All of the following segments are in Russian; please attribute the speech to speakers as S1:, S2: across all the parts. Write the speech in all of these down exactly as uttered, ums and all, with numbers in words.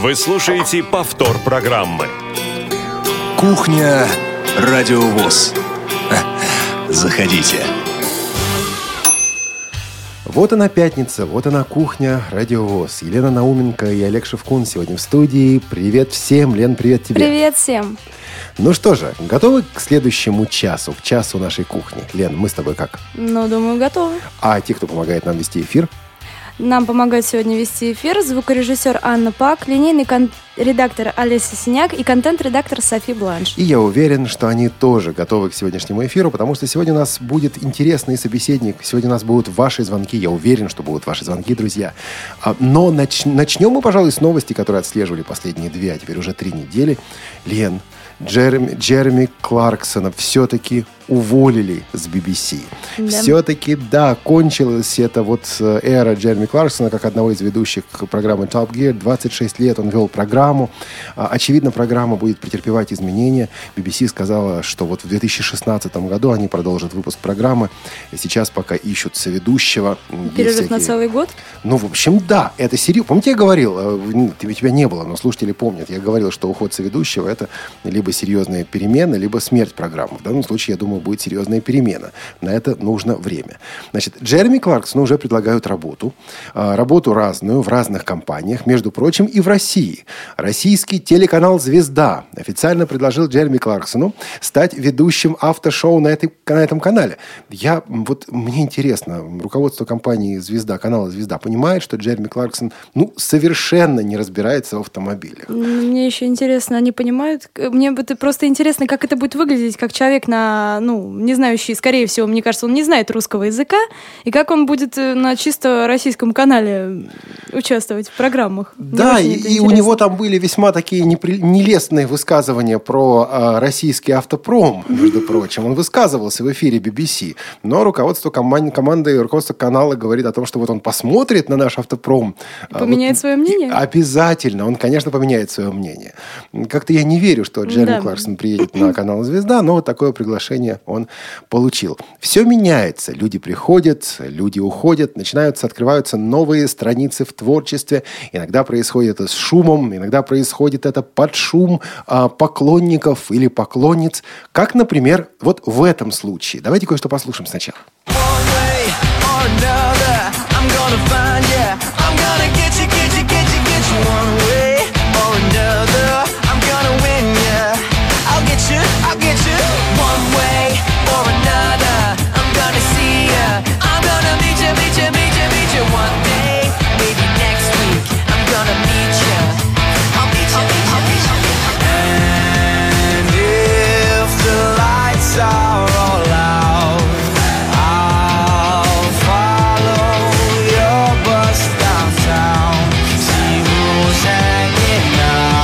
S1: Вы слушаете повтор программы.
S2: Кухня Радио ВОС. Заходите.
S3: Вот она пятница, вот она кухня Радио ВОС. Елена Науменко и Олег Шевкун сегодня в студии. Привет всем. Лен, привет тебе.
S4: Привет всем.
S3: Ну что же, готовы к следующему часу, к часу нашей кухни? Лен, мы с тобой как?
S4: Ну, думаю, готовы.
S3: А те, кто помогает нам вести эфир?
S4: Нам помогает сегодня вести эфир звукорежиссер Анна Пак, линейный кон- редактор Олеся Синяк и контент-редактор Софи Бланш.
S3: И я уверен, что они тоже готовы к сегодняшнему эфиру, потому что сегодня у нас будет интересный собеседник. Сегодня у нас будут ваши звонки. Я уверен, что будут ваши звонки, друзья. Но нач- начнем мы, пожалуй, с новости, которые отслеживали последние две, а теперь уже три недели. Лен, Джереми, Джереми Кларксона все-таки уволили с би би си. Да. Все-таки, да, кончилась эта вот эра Джереми Кларксона как одного из ведущих программы Top Gear. двадцать шесть лет он вел программу. Очевидно, программа будет претерпевать изменения. би би си сказала, что вот в две тысячи шестнадцатом году они продолжат выпуск программы. Сейчас пока ищут соведущего.
S4: Перерыв
S3: всякие...
S4: на целый год?
S3: Ну, в общем, да, это серьезно. Помните, я говорил, тебя не было, но слушатели помнят, я говорил, что уход соведущего — это либо серьезная перемена, либо смерть программы. В данном случае, я думаю, будет серьезная перемена. На это нужно время. Значит, Джереми Кларксону уже предлагают работу. Работу разную в разных компаниях, между прочим, и в России. Российский телеканал «Звезда» официально предложил Джереми Кларксону стать ведущим автошоу на, этой, на этом канале. Я, вот, мне интересно, руководство компании «Звезда», канала «Звезда» понимает, что Джереми Кларксон, ну, совершенно не разбирается в автомобилях.
S4: Мне еще интересно, они понимают? Мне это просто интересно, как это будет выглядеть, как человек на, ну, не знающий, скорее всего, мне кажется, он не знает русского языка, и как он будет на чисто российском канале участвовать в программах.
S3: Да, и, и у него там были весьма такие непри... нелестные высказывания про а, российский автопром, между прочим. Он высказывался в эфире би би си, но руководство команд... команды, руководство канала говорит о том, что вот он посмотрит на наш автопром.
S4: Поменяет
S3: вот,
S4: свое мнение?
S3: Обязательно, он, конечно, поменяет свое мнение. Как-то я не верю, что Джереми да. Кларксон приедет на канал «Звезда», но вот такое приглашение он получил. Все меняется. Люди приходят, люди уходят, начинаются, открываются новые страницы в творчестве. Иногда происходит это с шумом, иногда происходит это под шум а, поклонников или поклонниц. Как, например, вот в этом случае. Давайте кое-что послушаем сначала.
S5: I'll get you one way or another. I'm gonna see ya. I'm gonna meet you, meet you, meet you, meet you one day. Maybe next week. I'm gonna meet you. I'll meet you, meet you, meet you. And if the lights are all out, I'll follow your bus downtown. See who's hanging out.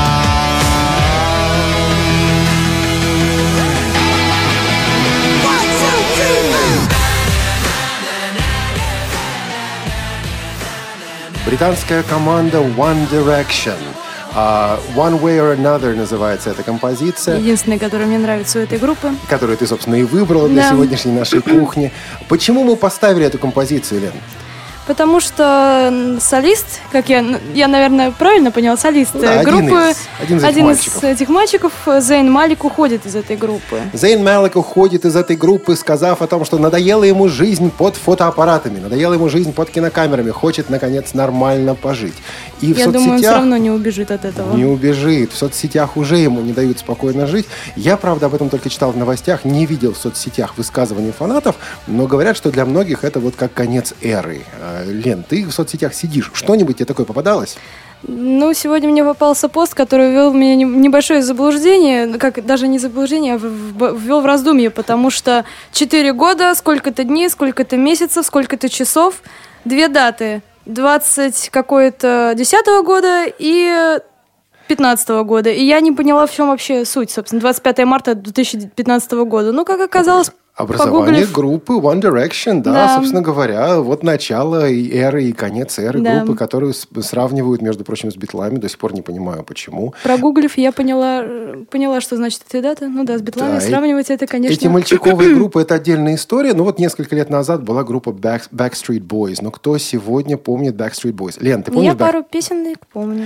S3: Британская команда One Direction. Uh, One Way or Another называется эта композиция.
S4: Единственная, которая мне нравится у этой группы.
S3: Которую ты, собственно, и выбрала для да. сегодняшней нашей кухни. Почему мы поставили эту композицию, Лен?
S4: Потому что солист, как я, я, наверное, правильно поняла, солист ну, да, группы,
S3: один из, один из,
S4: один
S3: этих,
S4: из этих мальчиков, Зейн Малик, уходит из этой группы.
S3: Зейн Малик уходит из этой группы, сказав о том, что надоела ему жизнь под фотоаппаратами, надоела ему жизнь под кинокамерами, хочет, наконец, нормально пожить. И в
S4: я
S3: соцсетях,
S4: думаю, он все равно не убежит от этого.
S3: Не убежит. В соцсетях уже ему не дают спокойно жить. Я, правда, об этом только читал в новостях, не видел в соцсетях высказываний фанатов, но говорят, что для многих это вот как конец эры. Лен, ты в соцсетях сидишь. Что-нибудь тебе такое попадалось?
S4: Ну, сегодня мне попался пост, который ввел меня в небольшое заблуждение, как даже не заблуждение, а ввел в раздумье, потому что четыре года, сколько-то дней, сколько-то месяцев, сколько-то часов, две даты, двадцать какое-то десятого года и пятнадцатого года. И я не поняла, в чем вообще суть, собственно, двадцать пятого марта две тысячи пятнадцатого года. Ну, как оказалось,
S3: образование
S4: погуглив...
S3: группы One Direction, да, да, собственно говоря, вот начало эры и конец эры да. группы, которую сравнивают, между прочим, с Битлами. До сих пор не понимаю, почему.
S4: Прогуглив, я поняла, поняла, что значит эта дата. Ну да, с Битлами да, сравнивать это, конечно...
S3: Эти мальчиковые группы — это отдельная история. Ну вот несколько лет назад была группа Back, Backstreet Boys. Но кто сегодня помнит Backstreet Boys? Лен, ты помнишь?
S4: Я пару Back... песенок помню.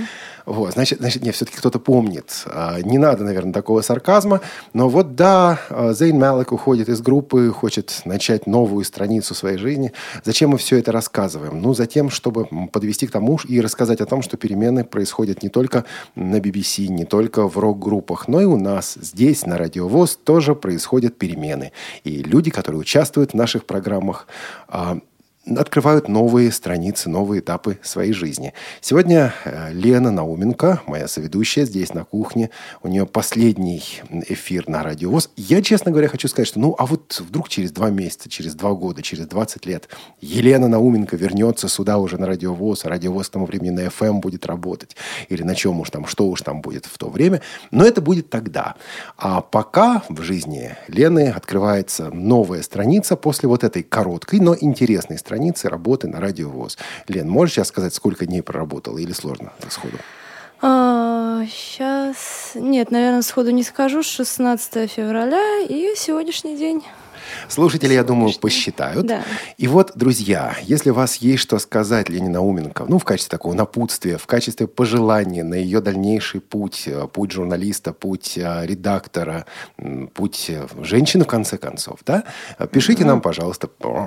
S3: Вот, значит, значит, нет, все-таки кто-то помнит. А, не надо, наверное, такого сарказма. Но вот да, Зейн Малик уходит из группы, хочет начать новую страницу своей жизни. Зачем мы все это рассказываем? Ну, затем, чтобы подвести к тому и рассказать о том, что перемены происходят не только на би би си, не только в рок-группах, но и у нас здесь, на Радио ВОС, тоже происходят перемены. И люди, которые участвуют в наших программах, открывают новые страницы, новые этапы своей жизни. Сегодня Лена Науменко, моя соведущая здесь на кухне. У нее последний эфир на Радио ВОС. Я, честно говоря, хочу сказать, что ну, а вот вдруг через два месяца, через два года, через двадцать лет Елена Науменко вернется сюда уже на Радио ВОС, а Радио ВОС к тому времени на эф эм будет работать. Или на чем уж там, что уж там будет в то время. Но это будет тогда. А пока в жизни Лены открывается новая страница после вот этой короткой, но интересной страницы. страницы работы на Радио ВОС. Лен, можешь сейчас сказать, сколько дней проработала или сложно так сходу?
S4: А, сейчас... Нет, наверное, сходу не скажу. шестнадцатого февраля и сегодняшний день.
S3: Слушатели, я думаю, посчитают.
S4: Да.
S3: И вот, друзья, если у вас есть что сказать Лене Науменко, ну, в качестве такого напутствия, в качестве пожелания на ее дальнейший путь, путь журналиста, путь редактора, путь женщины, в конце концов, да, пишите mm-hmm. нам, пожалуйста,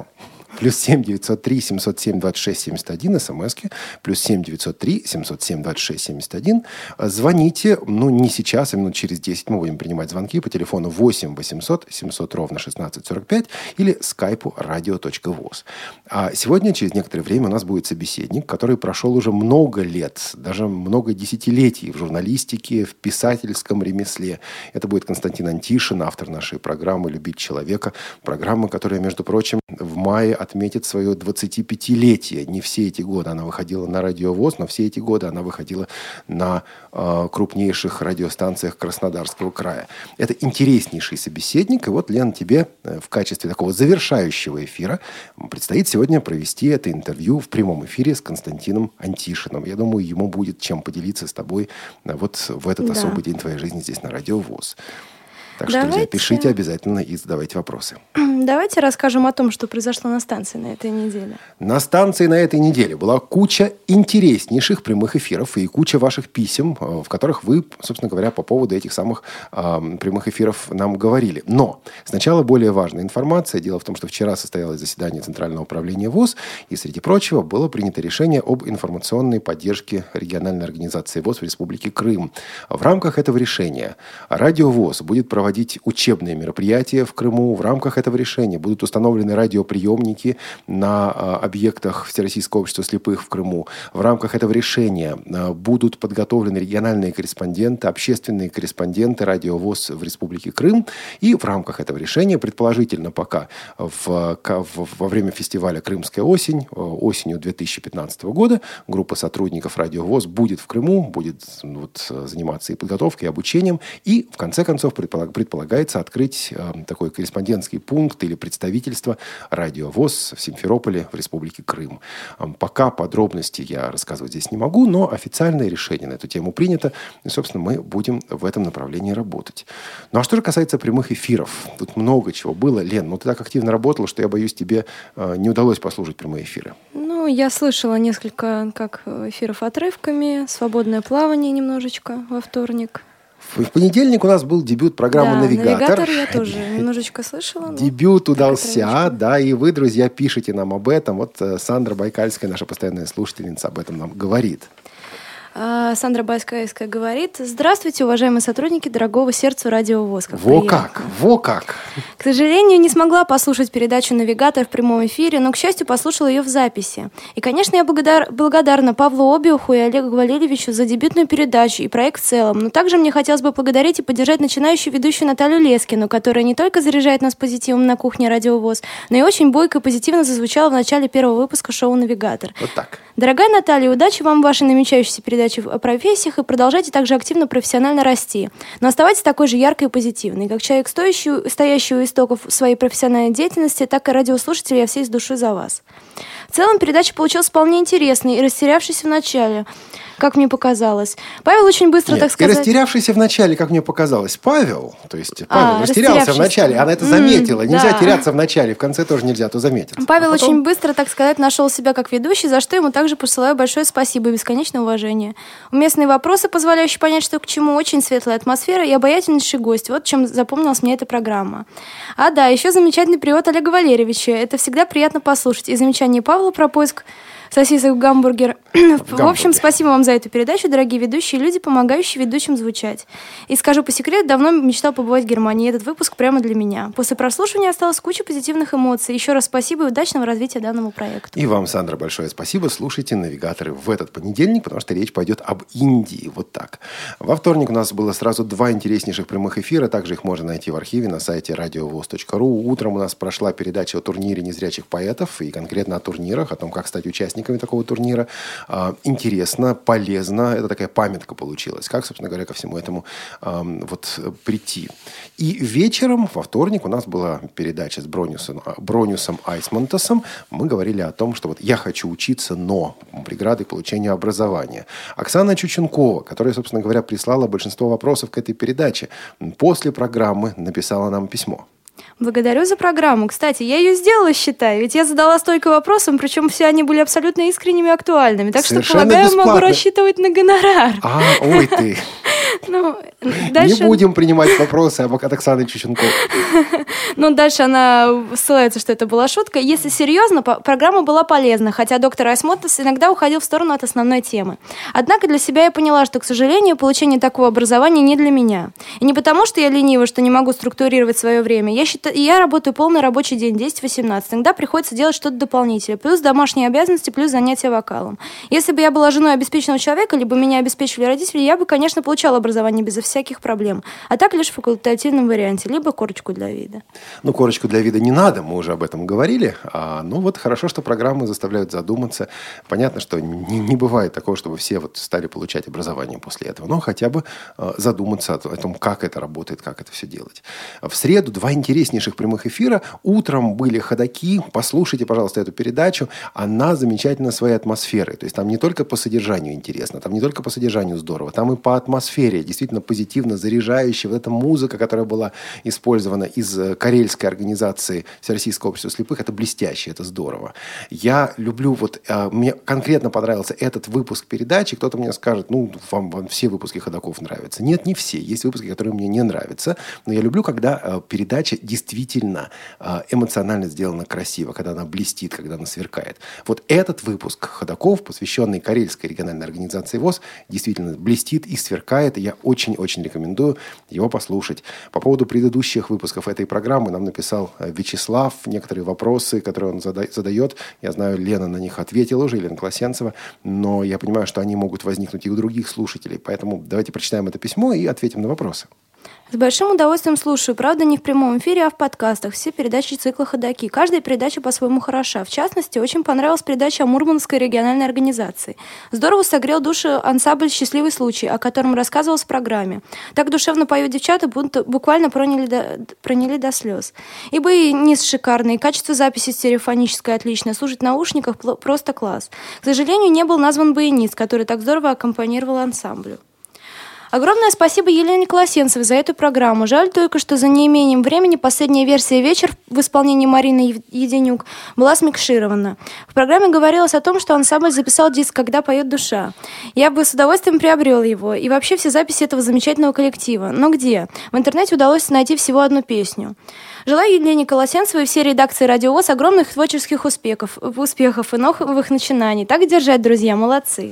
S3: плюс семь девятьсот три семьсот семь двадцать шесть семьдесят один, смски, плюс семь девятьсот три семьсот семь двадцать шесть семьдесят один. Звоните, ну, не сейчас, а минут через десять мы будем принимать звонки по телефону восемь восемьсот семьсот ровно шестнадцать сорок пять или скайпу радио точка вос. А сегодня, через некоторое время, у нас будет собеседник, который прошел уже много лет, даже много десятилетий в журналистике, в писательском ремесле. Это будет Константин Антишин, автор нашей программы «Любить человека». Программа, которая, между прочим, в мае отметит свое двадцатипятилетие. Не все эти годы она выходила на Радио ВОС, но все эти годы она выходила на э, крупнейших радиостанциях Краснодарского края. Это интереснейший собеседник. И вот, Лен, тебе э, в качестве такого завершающего эфира предстоит сегодня провести это интервью в прямом эфире с Константином Антишиным. Я думаю, ему будет чем поделиться с тобой э, вот в этот да. особый день твоей жизни здесь на Радио ВОС. Так что, друзья, пишите обязательно и задавайте вопросы.
S4: Давайте расскажем о том, что произошло на станции на этой неделе.
S3: На станции на этой неделе была куча интереснейших прямых эфиров и куча ваших писем, в которых вы, собственно говоря, по поводу этих самых э, прямых эфиров нам говорили. Но сначала более важная информация. Дело в том, что вчера состоялось заседание Центрального управления ВОС, и, среди прочего, было принято решение об информационной поддержке региональной организации ВОС в Республике Крым. В рамках этого решения Радио ВОС будет проводить проводить учебные мероприятия в Крыму. В рамках этого решения будут установлены радиоприемники на а, объектах Всероссийского общества слепых в Крыму. В рамках этого решения а, будут подготовлены региональные корреспонденты, общественные корреспонденты Радио ВОС в Республике Крым. И в рамках этого решения, предположительно пока в, в, во время фестиваля «Крымская осень», осенью две тысячи пятнадцатого года, группа сотрудников Радио ВОС будет в Крыму, будет вот, заниматься и подготовкой, и обучением. И, в конце концов, предполагается, предполагается открыть э, такой корреспондентский пункт или представительство Радио ВОС в Симферополе в Республике Крым. Э, пока подробности я рассказывать здесь не могу, но официальное решение на эту тему принято. И, собственно, мы будем в этом направлении работать. Ну, а что же касается прямых эфиров? Тут много чего было. Лен, ну ты так активно работала, что я боюсь, тебе э, не удалось послушать прямые эфиры.
S4: Ну, я слышала несколько как эфиров отрывками, свободное плавание немножечко во вторник.
S3: В понедельник у нас был дебют программы
S4: да,
S3: «Навигатор».
S4: «Навигатор» я тоже немножечко слышала.
S3: Дебют удался, да, и вы, друзья, пишите нам об этом. Вот Сандра Байкальская, наша постоянная слушательница, об этом нам говорит.
S4: Сандра Байкальская говорит: здравствуйте, уважаемые сотрудники дорогого сердцу Радио ВОС. Как
S3: во
S4: приятно.
S3: как, во как.
S4: К сожалению, не смогла послушать передачу «Навигатор» в прямом эфире, но, к счастью, послушала ее в записи. И, конечно, я благодар... благодарна Павлу Обиуху и Олегу Валерьевичу за дебютную передачу и проект в целом. Но также мне хотелось бы поблагодарить и поддержать начинающую ведущую Наталью Лескину, которая не только заряжает нас позитивом на кухне Радио ВОС, но и очень бойко и позитивно зазвучала в начале первого выпуска шоу «Навигатор».
S3: Вот так.
S4: Дорогая Наталья, удачи вам в вашей намечающейся передаче о профессиях и продолжайте также активно профессионально расти. Но оставайтесь такой же яркой и позитивной. Как человек, стоящий, стоящий у истоков своей профессиональной деятельности, так и радиослушатель, я всей с души за вас. В целом, передача получилась вполне интересной и растерявшейся в начале. как мне показалось. Павел очень быстро,
S3: Нет,
S4: так сказать...
S3: И растерявшийся в начале, как мне показалось, Павел, то есть Павел
S4: А,
S3: растерялся в начале, она это заметила.
S4: М,
S3: Нельзя
S4: да.
S3: теряться в начале, в конце тоже нельзя, а то заметится.
S4: Павел
S3: А потом-
S4: очень быстро, так сказать, нашел себя как ведущий, за что ему также посылаю большое спасибо и бесконечное уважение. Уместные вопросы, позволяющие понять, что к чему, очень светлая атмосфера и обаятельнейший гость. Вот чем запомнилась мне эта программа. А да, еще замечательный перевод Олега Валерьевича. Это всегда приятно послушать. И замечание Павла про поиск сосисок в гамбургер. В общем, спасибо вам за эту передачу, дорогие ведущие, люди, помогающие ведущим звучать. И скажу по секрету, давно мечтал побывать в Германии. Этот выпуск прямо для меня. После прослушивания осталась куча позитивных эмоций. Еще раз спасибо и удачного развития данному проекту.
S3: И вам, Сандра, большое спасибо. Слушайте «Навигаторы» в этот понедельник, потому что речь пойдет об Индии. Вот так. Во вторник у нас было сразу два интереснейших прямых эфира. Также их можно найти в архиве на сайте радиовос точка ру. Утром у нас прошла передача о турнире незрячих поэтов и конкретно о турнирах, о том, как стать участником такого турнира. Интересно, полезно. Это такая памятка получилась. Как, собственно говоря, ко всему этому вот прийти. И вечером, во вторник, у нас была передача с Бронюсом, Бронюсом Айсмонтасом. Мы говорили о том, что вот я хочу учиться, но преграды к получению образования. Оксана Чученкова, которая, собственно говоря, прислала большинство вопросов к этой передаче, после программы написала нам письмо.
S4: Благодарю за программу. Кстати, я ее сделала, считаю. Ведь я задала столько вопросов, причем все они были абсолютно искренними и актуальными. Так
S3: Совершенно
S4: что, полагаю,
S3: бесплатно.
S4: могу рассчитывать на гонорар.
S3: А, ой ты.
S4: Ну, дальше...
S3: Не будем принимать вопросы об от Оксаны Чученковой.
S4: Ну, дальше она ссылается, что это была шутка. Если серьезно, по- программа была полезна, хотя доктор Айсмонтас иногда уходил в сторону от основной темы. Однако для себя я поняла, что, к сожалению, получение такого образования не для меня. И не потому, что я ленива, что не могу структурировать свое время. Я, считаю, я работаю полный рабочий день, десять-восемнадцать. Иногда приходится делать что-то дополнительное. Плюс домашние обязанности, плюс занятия вокалом. Если бы я была женой обеспеченного человека, либо меня обеспечивали родители, я бы, конечно, получала образование безо всяких проблем. А так лишь в факультативном варианте, либо корочку для вида.
S3: Ну, корочку для вида не надо, мы уже об этом говорили. А, ну, вот хорошо, что программы заставляют задуматься. Понятно, что не, не бывает такого, чтобы все вот стали получать образование после этого. Но хотя бы а, задуматься о, о том, как это работает, как это все делать. В среду два интереснейших прямых эфира. Утром были ходаки. Послушайте, пожалуйста, эту передачу. Она замечательна своей атмосферой. То есть там не только по содержанию интересно, там не только по содержанию здорово, там и по атмосфере действительно позитивно заряжающая. Вот эта музыка, которая была использована из карельской организации Всероссийского общества слепых, это блестяще, это здорово. Я люблю, вот а, мне конкретно понравился этот выпуск передачи. Кто-то мне скажет, ну, вам, вам все выпуски ходаков нравятся. Нет, не все. Есть выпуски, которые мне не нравятся. Но я люблю, когда а, передача действительно а, эмоционально сделана красиво, когда она блестит, когда она сверкает. Вот этот выпуск ходаков, посвященный Карельской региональной организации ВОС, действительно блестит и сверкает. И я очень-очень рекомендую его послушать. По поводу предыдущих выпусков этой программы нам написал Вячеслав некоторые вопросы, которые он зада- задает. Я знаю, Лена на них ответила уже, Елена Класенцева, но я понимаю, что они могут возникнуть и у других слушателей. Поэтому давайте прочитаем это письмо и ответим на вопросы.
S4: С большим удовольствием слушаю, правда, не в прямом эфире, а в подкастах, все передачи цикла «Ходоки». Каждая передача по-своему хороша. В частности, очень понравилась передача о Мурманской региональной организации. Здорово согрел душу ансамбль «Счастливый случай», о котором рассказывалось в программе. Так душевно поют девчата, будто буквально проняли до, проняли до слез. Ибо и низ шикарный, и качество записи стереофоническое отличное, слушать в наушниках просто класс. К сожалению, не был назван баянист, который так здорово аккомпанировал ансамблю. Огромное спасибо Елене Колосенцевой за эту программу. Жаль только, что за неимением времени последняя версия «Вечер» в исполнении Марины Еденюк была смикширована. В программе говорилось о том, что ансамбль записал диск «Когда поет душа». Я бы с удовольствием приобрел его. И вообще все записи этого замечательного коллектива. Но где? В интернете удалось найти всего одну песню. Желаю Елене Колосенцевой и всей редакции «Радио ВОС» огромных творческих успехов, успехов и новых начинаний. Так держать, друзья, молодцы.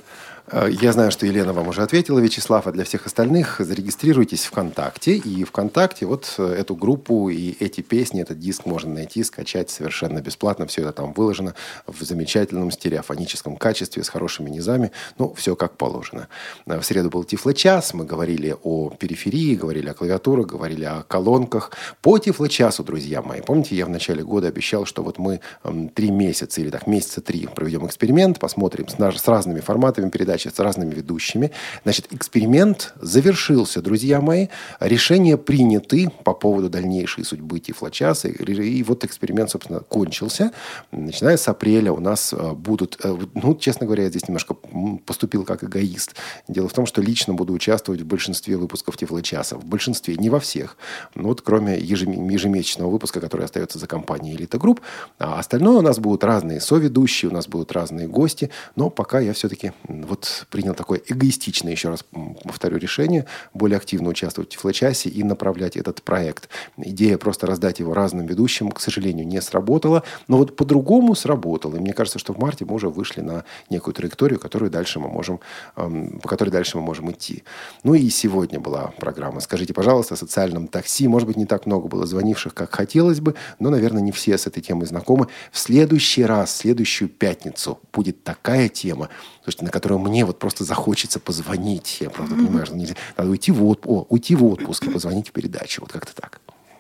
S3: Я знаю, что Елена вам уже ответила, Вячеслав, а для всех остальных зарегистрируйтесь ВКонтакте. И ВКонтакте вот эту группу и эти песни, этот диск можно найти, скачать совершенно бесплатно. Все это там выложено в замечательном стереофоническом качестве, с хорошими низами. Ну, все как положено. В среду был Тифло-час. Мы говорили о периферии, говорили о клавиатурах, говорили о колонках. По Тифло-часу, друзья мои, помните, я в начале года обещал, что вот мы три месяца или так месяца три проведем эксперимент, посмотрим с, с разными форматами передач, передачи с разными ведущими. Значит, эксперимент завершился, друзья мои. Решения приняты по поводу дальнейшей судьбы Тифлочаса. И вот эксперимент, собственно, кончился. Начиная с апреля у нас будут... Ну, честно говоря, я здесь немножко поступил как эгоист. Дело в том, что лично буду участвовать в большинстве выпусков Тифлочаса. В большинстве, не во всех. Ну, вот кроме ежемесячного выпуска, который остается за компанией «Элита Групп». А остальное у нас будут разные соведущие, у нас будут разные гости. Но пока я все-таки вот принял такое эгоистичное, еще раз повторю, решение более активно участвовать в Тифлочасе и направлять этот проект. Идея просто раздать его разным ведущим, к сожалению, не сработала. Но вот по-другому сработала. И мне кажется, что в марте мы уже вышли на некую траекторию, которую дальше мы можем, по которой дальше мы можем идти. Ну и сегодня была программа «Скажите, пожалуйста», о социальном такси. Может быть, не так много было звонивших, как хотелось бы, но, наверное, не все с этой темой знакомы. В следующий раз, в следующую пятницу будет такая тема, слушайте, на которую мне вот просто захочется позвонить. Я правда mm-hmm. понимаю, что нельзя. Надо уйти в, отп... О, уйти в отпуск и позвонить в передачу. Вот как-то так.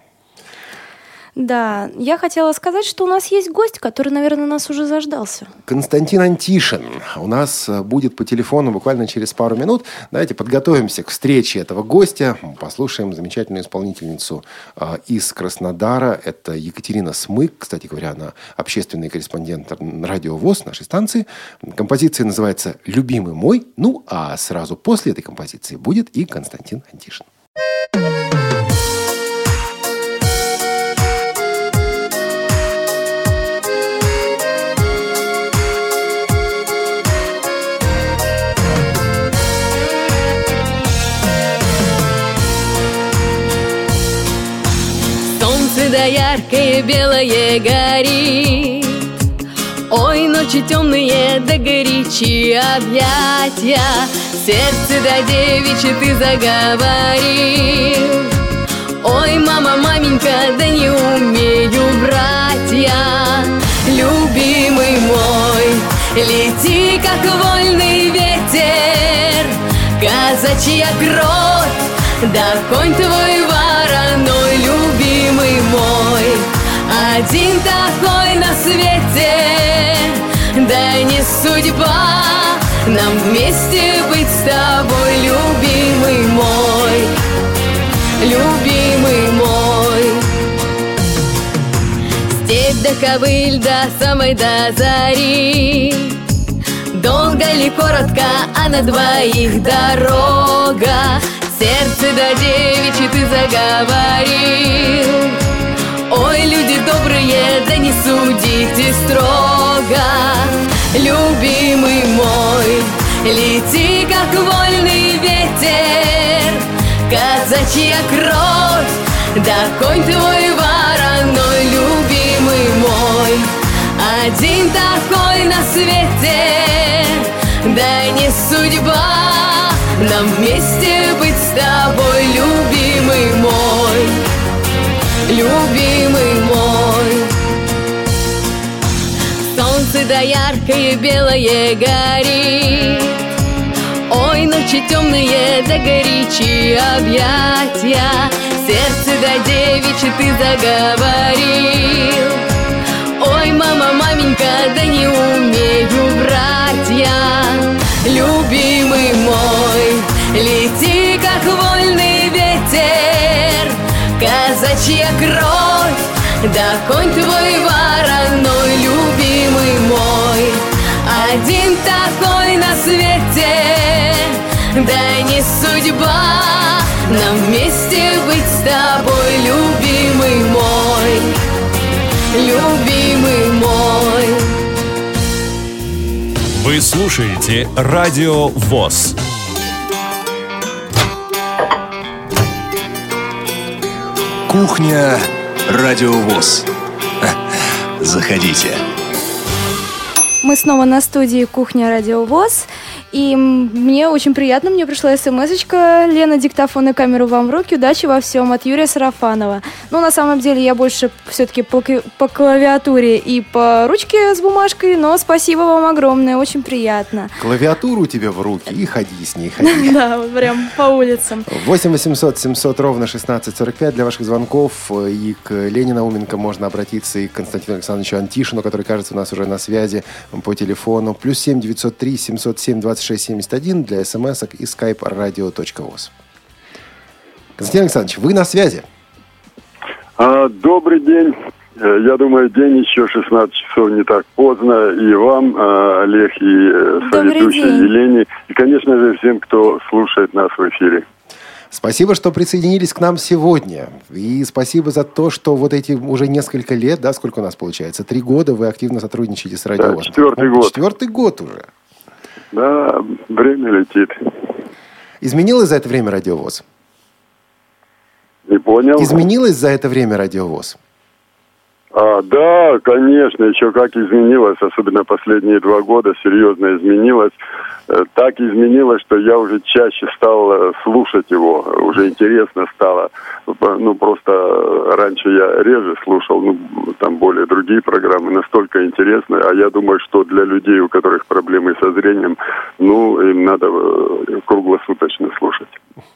S4: Да, я хотела сказать, что у нас есть гость, который, наверное, нас уже заждался.
S3: Константин Антишин у нас будет по телефону буквально через пару минут. Давайте подготовимся к встрече этого гостя. Послушаем замечательную исполнительницу э, из Краснодара. Это Екатерина Смык. Кстати говоря, она общественный корреспондент Радио ВОС, нашей станции. Композиция называется «Любимый мой». Ну, а сразу после этой композиции будет и Константин Антишин.
S6: Да яркое белое горит, ой, ночи темные да горячие объятия, сердце да девичье ты заговорил. Ой, мама, маменька, да не умею, братья. Любимый мой, лети, как вольный ветер, казачья кровь, да конь твой вороной, любимый мой, один такой на свете, да не судьба нам вместе быть с тобой, любимый мой, любимый мой. Степь да ковыль до самой до зари, долго ли, коротко, а на двоих дорога. Сердце да девичье ты заговорил. Ой, люди добрые, да не судите строго. Любимый мой, лети, как вольный ветер, казачья кровь, да конь твой вороной, любимый мой, один такой на свете, да не судьба нам вместе быть с тобой, любимый мой, любимый мой. Солнце да яркое белое горит, ой, ночи темные да горячие объятия, сердце да девичье ты заговорил. Ой, мама, маменька, да не умею, братья. Любимый мой, лети, как вольный ветер, казачья кровь, да конь твой вороной, любимый мой, один такой на свете, да не судьба нам вместе быть с тобой, любимый мой, любимый мой.
S1: Вы слушаете Радио ВОС.
S2: Кухня Радио ВОС. Заходите.
S4: Мы снова на студии «Кухня Радио ВОС». И мне очень приятно, мне пришла смс-очка: Лена, диктофон и камеру вам в руки, удачи во всем, от Юрия Сарафанова. Ну, на самом деле, я больше все-таки по, по клавиатуре и по ручке с бумажкой, но спасибо вам огромное, очень приятно.
S3: Клавиатуру тебе в руки и ходи с ней, ходи.
S4: Да, прям по улицам.
S3: восемь восемьсот семьсот ровно шестнадцать сорок пять для ваших звонков. И к Лене Науменко можно обратиться, и к Константину Александровичу Антишину, который, кажется, у нас уже на связи по телефону. Плюс семь девятьсот три семьсот семь двадцать шесть семьдесят один для смс-ок и skype radio.voz. Константин Александрович, вы на связи.
S7: А, добрый день. Я думаю, день еще шестнадцать часов не так поздно. И вам, Олег, и соведущей Елене. И, конечно же, всем, кто слушает нас в эфире.
S3: Спасибо, что присоединились к нам сегодня. И спасибо за то, что вот эти уже несколько лет, да, сколько у нас получается? Три года вы активно сотрудничаете с Радио ВОС.
S7: Да, четвертый год.
S3: Четвертый год уже.
S7: Да, время летит.
S3: Изменилось за это время Радио ВОС?
S7: Не понял.
S3: Изменилось за это время Радио ВОС?
S7: А, да, конечно, еще как изменилось, особенно последние два года, серьезно изменилось. Так изменилось, что я уже чаще стал слушать его, уже интересно стало. Ну, просто раньше я реже слушал, ну, там более другие программы, настолько интересно. А я думаю, что для людей, у которых проблемы со зрением, ну, им надо круглосуточно слушать.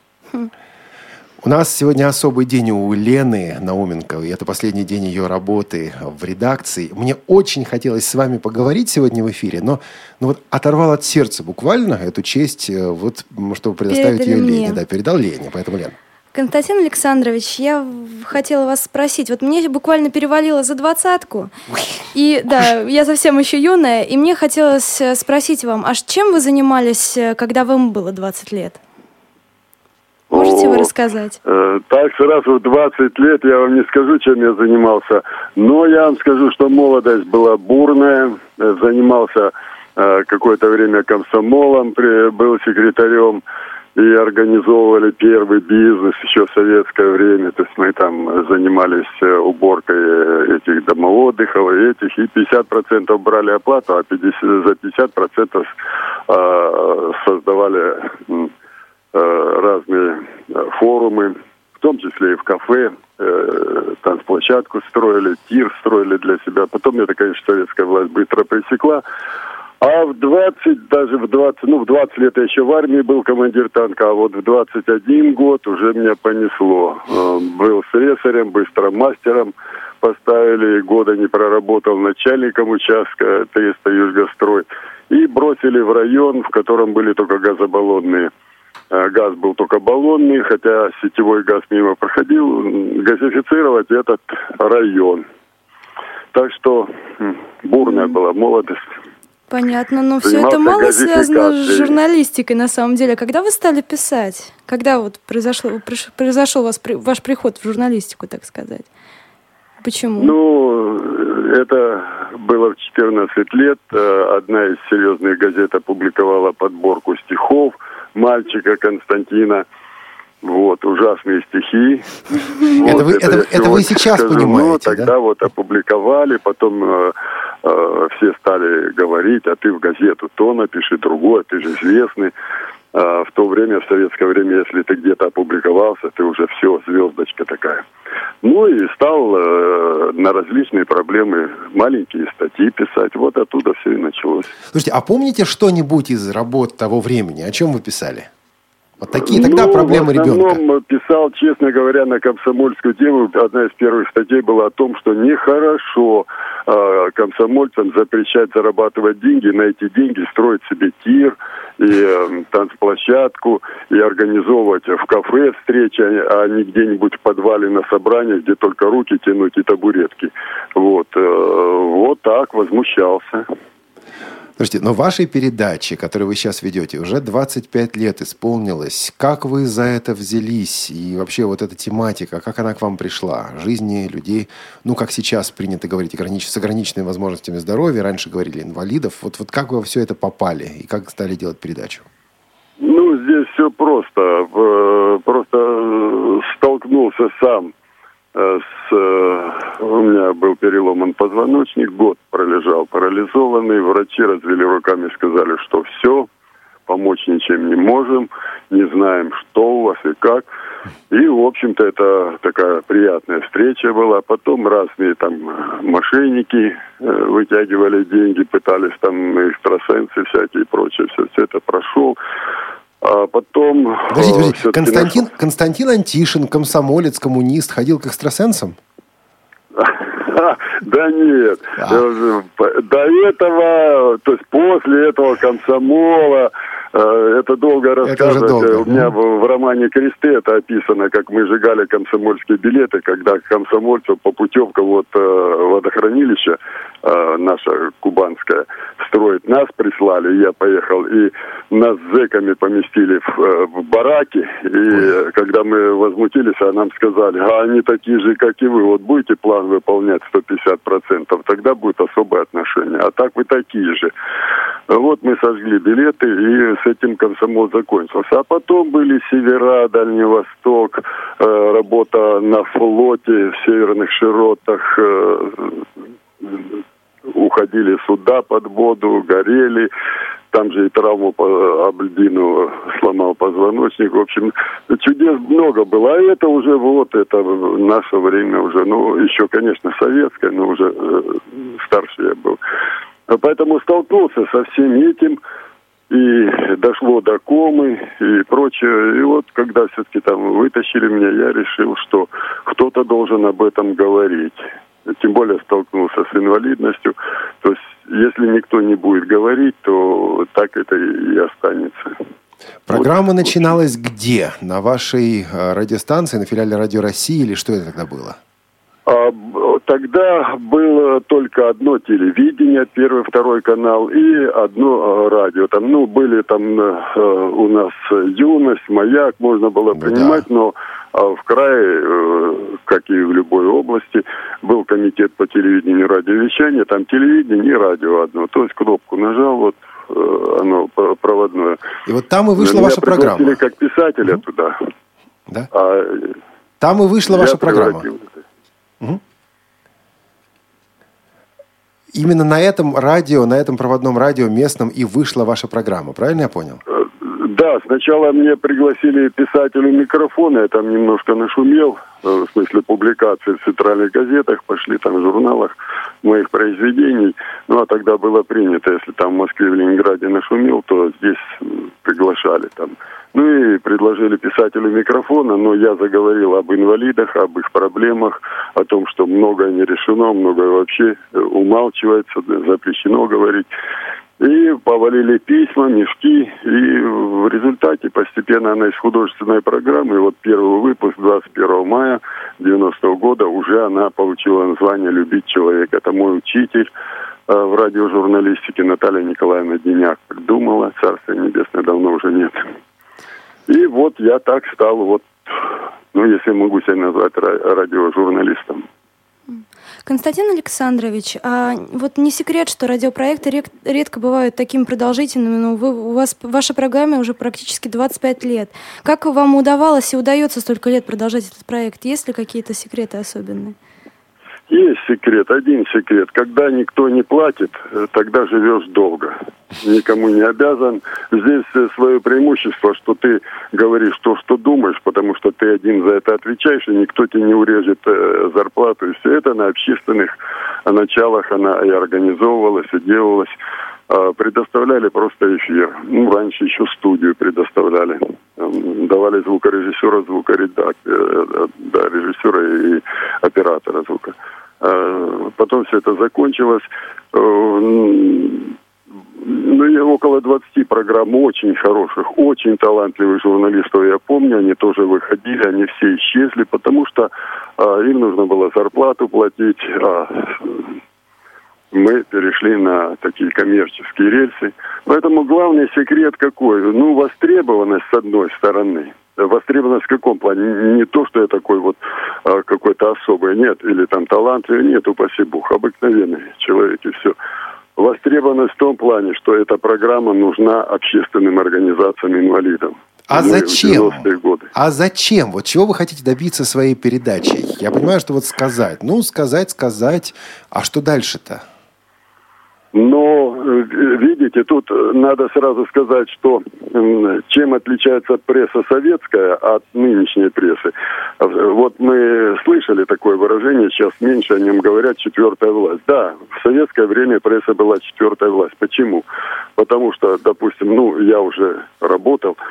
S3: У нас сегодня особый день у Лены Науменко, и это последний день ее работы в редакции. Мне очень хотелось с вами поговорить сегодня в эфире, но, но вот оторвал от сердца буквально эту честь, вот, чтобы предоставить
S4: Передали
S3: ее
S4: мне.
S3: Лене. Да, передал Лене, поэтому, Лен.
S4: Константин Александрович, я хотела вас спросить. Вот мне буквально перевалило за двадцатку. И да, я совсем еще юная, и мне хотелось спросить вам, а чем вы занимались, когда вам было двадцать лет? Можете вы рассказать?
S7: Э, так, сразу в двадцать лет я вам не скажу, чем я занимался. Но я вам скажу, что молодость была бурная. Э, занимался э, какое-то время комсомолом, при, был секретарем. И организовывали первый бизнес еще в советское время. То есть мы там занимались уборкой этих домов отдыхов и этих. И пятьдесят процентов брали оплату, а пятьдесят, за пятьдесят процентов э, создавали э, разные форумы, в том числе и в кафе. Э, танцплощадку строили, тир строили для себя. Потом это, конечно, советская власть быстро пресекла. А в двадцать, даже в двадцать, ну, в двадцать лет я еще в армии был командир танка, а вот в двадцать один год уже меня понесло. Был слесарем, быстро мастером поставили, года не проработал начальником участка триста Южгострой. И бросили в район, в котором были только газобаллонные. Газ был только баллонный, хотя сетевой газ мимо проходил, газифицировать этот район. Так что бурная была молодость.
S4: Понятно, но все это мало связано с журналистикой на самом деле. Когда вы стали писать? Когда вот произошло, произошел у вас, ваш приход в журналистику, так сказать? Почему?
S7: Ну, это было в четырнадцать лет. Одна из серьезных газет опубликовала подборку стихов мальчика Константина. Вот, ужасные стихи.
S3: Это,
S7: вот,
S3: вы, это, это, это вы сейчас
S7: скажу,
S3: понимаете,
S7: ну, тогда
S3: да?
S7: вот опубликовали, потом э, э, все стали говорить, а ты в газету то напиши, другое, ты же известный. А в то время, в советское время, если ты где-то опубликовался, ты уже все, звездочка такая. Ну и стал э, на различные проблемы маленькие статьи писать. Вот оттуда все и началось.
S3: Слушайте, а помните что-нибудь из работ того времени? О чем вы писали? Вот такие тогда
S7: ну,
S3: проблемы
S7: в основном
S3: ребенка.
S7: Писал, честно говоря, на комсомольскую тему. Одна из первых статей была о том, что нехорошо э, комсомольцам запрещать зарабатывать деньги, на эти деньги строить себе тир и э, танцплощадку, и организовывать в кафе встречи, а не где-нибудь в подвале на собраниях, где только руки тянуть и табуретки. Вот, э, вот так возмущался.
S3: Слушайте, но вашей передаче, которую вы сейчас ведете, уже двадцать пять лет исполнилось. Как вы за это взялись? И вообще вот эта тематика, как она к вам пришла? Жизни людей, ну, как сейчас принято говорить, огранич... с ограниченными возможностями здоровья. Раньше говорили инвалидов. Вот, вот как вы во все это попали? И как стали делать передачу?
S7: Ну, здесь все просто. Просто столкнулся сам с... У меня был переломан позвоночник, год пролежал парализованный. Врачи развели руками, сказали, что все, помочь ничем не можем, не знаем, что у вас и как. И, в общем-то, это такая приятная встреча была. Потом разные там мошенники вытягивали деньги, пытались там экстрасенсы всякие и прочее. Все, все это прошел. А потом...
S3: Подождите, подождите. Константин, нашел... Константин Антишин, комсомолец, коммунист, ходил к экстрасенсам?
S7: Да нет. До этого, то есть после этого комсомола Это долго рассказывать.
S3: долго.
S7: У меня в, в романе «Кресты» это описано, как мы сжигали комсомольские билеты, когда комсомольцев по путевке вот водохранилище наше кубанское строить. Нас прислали, я поехал, и нас с зэками поместили в, в бараки. И Ой. когда мы возмутились, а нам сказали, а они такие же, как и вы, вот будете план выполнять сто пятьдесят процентов, тогда будет особое отношение. А так вы такие же. Вот мы сожгли билеты, и с этим комсомол закончился. А потом были севера, Дальний Восток, э, работа на флоте, в северных широтах, э, уходили суда под воду, горели. Там же и травму по об льдину сломал позвоночник. В общем, чудес много было. А это уже вот, это наше время уже, ну, еще, конечно, советское, но уже э, старше я был. Поэтому столкнулся со всем этим, и дошло до комы и прочее. И вот, когда все-таки там вытащили меня, я решил, что кто-то должен об этом говорить. Тем более столкнулся с инвалидностью. То есть, если никто не будет говорить, то так это и останется.
S3: Программа
S7: вот.
S3: начиналась где? На вашей радиостанции, на филиале Радио России, или что это тогда было?
S7: А, тогда было только одно телевидение, первый, второй канал, и одно радио. Там, ну, были там э, у нас «Юность», «Маяк», можно было
S3: ну,
S7: принимать,
S3: да.
S7: но э, в крае, э, как и в любой области, был комитет по телевидению и радиовещанию, там телевидение и радио одно. То есть кнопку нажал, вот э, оно проводное.
S3: И вот там и вышла ваша программа.
S7: Меня пригласили как писателя mm-hmm. туда.
S3: Да?
S7: А,
S3: там и вышла ваша программа. Угу. Именно на этом радио, на этом проводном радио местном и вышла ваша программа, правильно я понял?
S7: Да, сначала мне пригласили писателю микрофона, я там немножко нашумел, в смысле публикации в центральных газетах, пошли там в журналах моих произведений. Ну, а тогда было принято, если там в Москве, в Ленинграде нашумел, то здесь приглашали там. Ну и предложили писателю микрофона, но я заговорил об инвалидах, об их проблемах, о том, что многое не решено, многое вообще умалчивается, запрещено говорить. И повалили письма, мешки, и в результате постепенно она из художественной программы, и вот первый выпуск двадцать первого мая девяностого года, уже она получила название «Любить человека». Это мой учитель э, в радиожурналистике Наталья Николаевна Деняк придумала, Царство Небесное давно уже нет. И вот я так стал, вот, ну, если могу себя назвать радиожурналистом.
S4: Константин Александрович, а вот не секрет, что радиопроекты рек- редко бывают такими продолжительными, но вы, у вас в вашей программе уже практически двадцать пять лет. Как вам удавалось и удается столько лет продолжать этот проект? Есть ли какие-то секреты особенные?
S7: Есть секрет, один секрет. Когда никто не платит, тогда живешь долго. Никому не обязан. Здесь свое преимущество, что ты говоришь то, что думаешь, потому что ты один за это отвечаешь, и никто тебе не урежет зарплату. И все это на общественных началах она и организовывалась, и делалась. Предоставляли просто эфир. Ну, раньше еще студию предоставляли. Давали звукорежиссера, звукоредактора, да, режиссера и оператора звука. Потом все это закончилось. Ну, и около двадцати программ очень хороших, очень талантливых журналистов, я помню, они тоже выходили, они все исчезли, потому что а, им нужно было зарплату платить, а мы перешли на такие коммерческие рельсы. Поэтому главный секрет какой? Ну, востребованность с одной стороны. Востребованность в каком плане? Не то, что я такой вот а, какой-то особый, нет, или там талант, нет, упаси бог, обыкновенный человек и все. Востребованность в том плане, что эта программа нужна общественным организациям инвалидов.
S3: А ну, зачем? А зачем? Вот чего вы хотите добиться своей передачей? Я понимаю, что вот сказать. Ну, сказать, сказать. А что дальше-то?
S7: Но, видите, тут надо сразу сказать, что чем отличается пресса советская от нынешней прессы. Вот мы слышали такое выражение, сейчас меньше о нем говорят, четвертая власть. Да, в советское время пресса была четвертая власть. Почему? Потому что, допустим, ну, я уже работал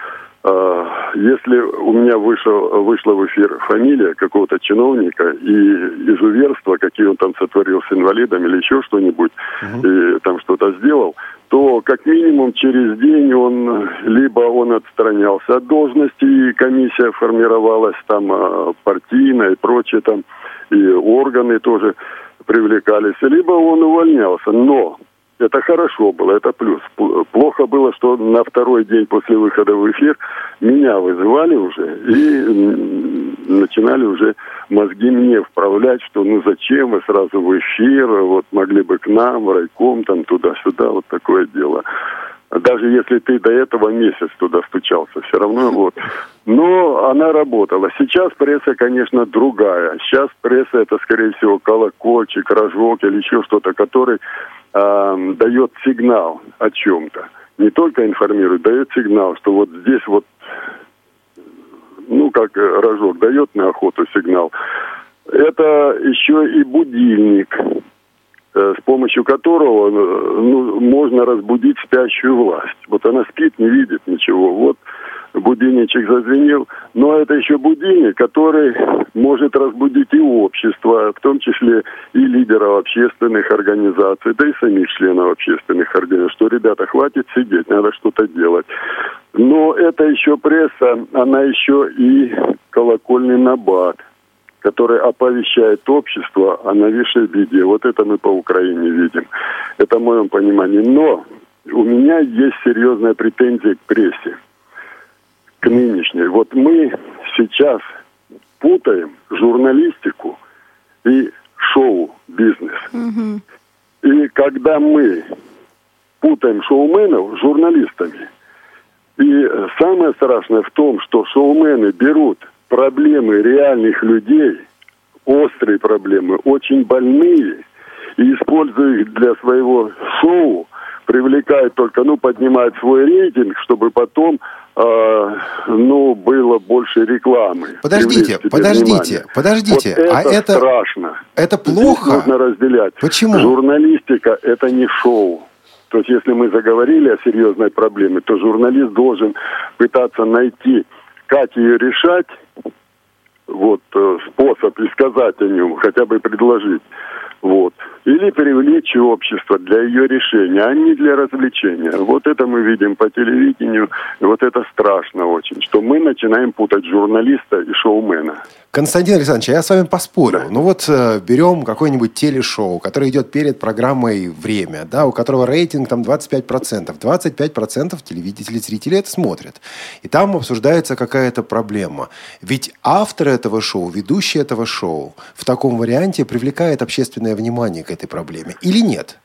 S7: если у меня вышел, вышла в эфир фамилия какого-то чиновника и изуверство, какие он там сотворил с инвалидами или еще что-нибудь, uh-huh. и там что-то сделал, то как минимум через день он, либо он отстранялся от должности, и комиссия формировалась там партийная и прочее, там, и органы тоже привлекались, либо он увольнялся. Но это хорошо было, это плюс. Плохо было, что на второй день после выхода в эфир меня вызывали уже и начинали уже мозги мне вправлять, что ну зачем вы сразу в эфир, вот могли бы к нам, в райком, там туда-сюда, вот такое дело. Даже если ты до этого месяц туда стучался, все равно вот. Но она работала. Сейчас пресса, конечно, другая. Сейчас пресса это, скорее всего, колокольчик, рожок или еще что-то, который э, дает сигнал о чем-то. Не только информирует, дает сигнал, что вот здесь вот, ну, как рожок дает на охоту сигнал. Это еще и будильник, с помощью которого ну, можно разбудить спящую власть. Вот она спит, не видит ничего. Вот будильничек зазвенел. Но это еще будильник, который может разбудить и общество, в том числе и лидеров общественных организаций, да и самих членов общественных организаций, что, ребята, хватит сидеть, надо что-то делать. Но это еще пресса, она еще и колокольный набат, который оповещает общество о новейшей беде. Вот это мы по Украине видим. Это в моем понимании. Но у меня есть серьезная претензия к прессе, к нынешней. Вот мы сейчас путаем журналистику и шоу-бизнес. Mm-hmm. И когда мы путаем шоуменов с журналистами, и самое страшное в том, что шоумены берут проблемы реальных людей, острые проблемы, очень больные, и используя их для своего шоу, привлекают только, ну, поднимают свой рейтинг, чтобы потом, э, ну, было больше рекламы.
S3: Подождите, подождите, внимание. подождите.
S7: Вот это
S3: а это
S7: страшно.
S3: Это плохо?
S7: Здесь нужно разделять.
S3: Почему?
S7: Журналистика – это не шоу. То есть, если мы заговорили о серьезной проблеме, то журналист должен пытаться найти, как ее решать, вот, способ и сказать о нем, хотя бы предложить. Вот. Или привлечь общество для ее решения, а не для развлечения. Вот это мы видим по телевидению, и вот это страшно очень, что мы начинаем путать журналиста и шоумена.
S3: Константин Александрович, я с вами поспорю. Да. Ну вот э, берем какое-нибудь телешоу, которое идет перед программой «Время», да, у которого рейтинг там двадцать пять процентов. двадцать пять процентов телевидели, зрители это смотрят. И там обсуждается какая-то проблема. Ведь автор этого шоу, ведущий этого шоу в таком варианте привлекает общественное внимание к этой проблеме. Или нет?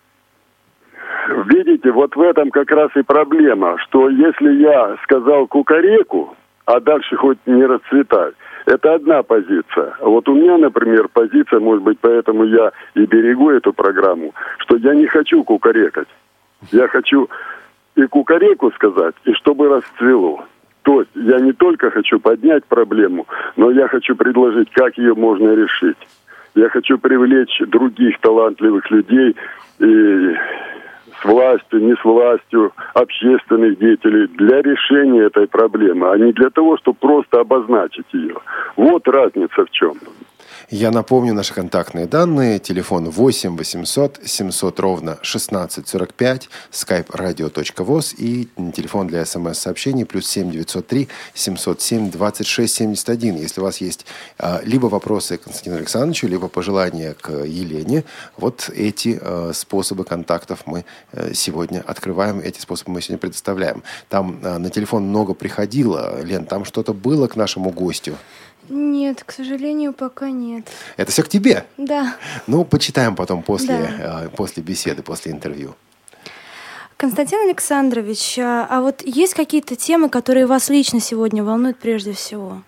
S7: Видите, вот в этом как раз и проблема, что если я сказал кукареку, а дальше хоть не расцветай, это одна позиция. А вот у меня, например, позиция, может быть, поэтому я и берегу эту программу, что я не хочу кукарекать. Я хочу и кукареку сказать, и чтобы расцвело. То есть я не только хочу поднять проблему, но я хочу предложить, как ее можно решить. Я хочу привлечь других талантливых людей и с властью, не с властью, общественных деятелей для решения этой проблемы, а не для того, чтобы просто обозначить ее. Вот разница в чем.
S3: Я напомню наши контактные данные. Телефон восемь восемьсот семьсот ровно шестнадцать сорок пять, skype radio точка voz и телефон для смс-сообщений плюс семь девятьсот три семьсот семь двадцать шесть семьдесят один. Если у вас есть а, либо вопросы к Константину Александровичу, либо пожелания к Елене, вот эти а, способы контактов мы а, сегодня открываем, эти способы мы сегодня предоставляем. Там а, на телефон много приходило. Лен, там что-то было к нашему гостю?
S4: Нет, к сожалению, пока нет.
S3: Это все к тебе?
S4: Да.
S3: Ну, почитаем потом после,
S4: да.
S3: э, после беседы, после интервью.
S4: Константин Александрович, а, а вот есть какие-то темы, которые вас лично сегодня волнуют прежде всего?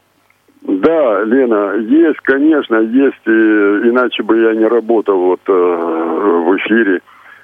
S7: Да, Лена, есть, конечно, есть, и, иначе бы я не работал вот э, в эфире.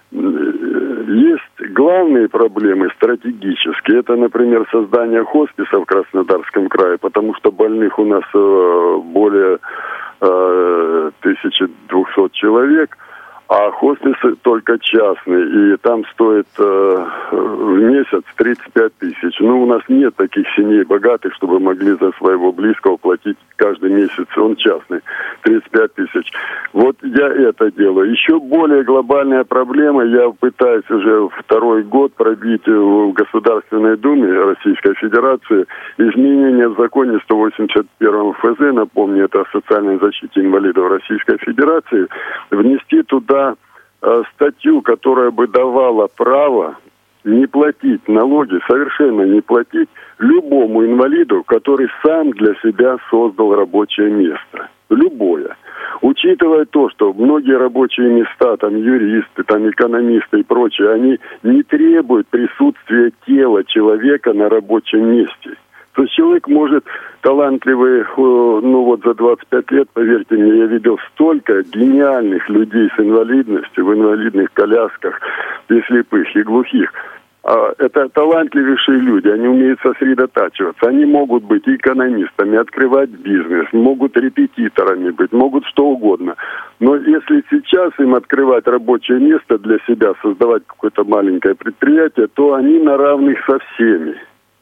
S7: Есть главные проблемы стратегические. Это, например, создание хосписа в Краснодарском крае, потому что больных у нас э, более э, тысячи двухсот человек, А хосписы только частные, и там стоит э, в месяц тридцать пять тысяч. Ну, у нас нет таких семей богатых, чтобы могли за своего близкого платить каждый месяц. Он частный, тридцать пять тысяч. Вот я это делаю. Еще более глобальная проблема, я пытаюсь уже второй год пробить в Государственной Думе Российской Федерации изменения в законе сто восемьдесят первом эф зэ, напомню, это о социальной защите инвалидов Российской Федерации, внести туда статью, которая бы давала право не платить налоги, совершенно не платить любому инвалиду, который сам для себя создал рабочее место. Любое. Учитывая то, что многие рабочие места, там юристы, там экономисты и прочее, они не требуют присутствия тела человека на рабочем месте. То есть человек может талантливый, ну вот за двадцать пять лет, поверьте мне, я видел столько гениальных людей с инвалидностью, в инвалидных колясках, и слепых, и глухих. Это талантливейшие люди, они умеют сосредотачиваться, они могут быть экономистами, открывать бизнес, могут репетиторами быть, могут что угодно. Но если сейчас им открывать рабочее место для себя, создавать какое-то маленькое предприятие, то они на равных со всеми.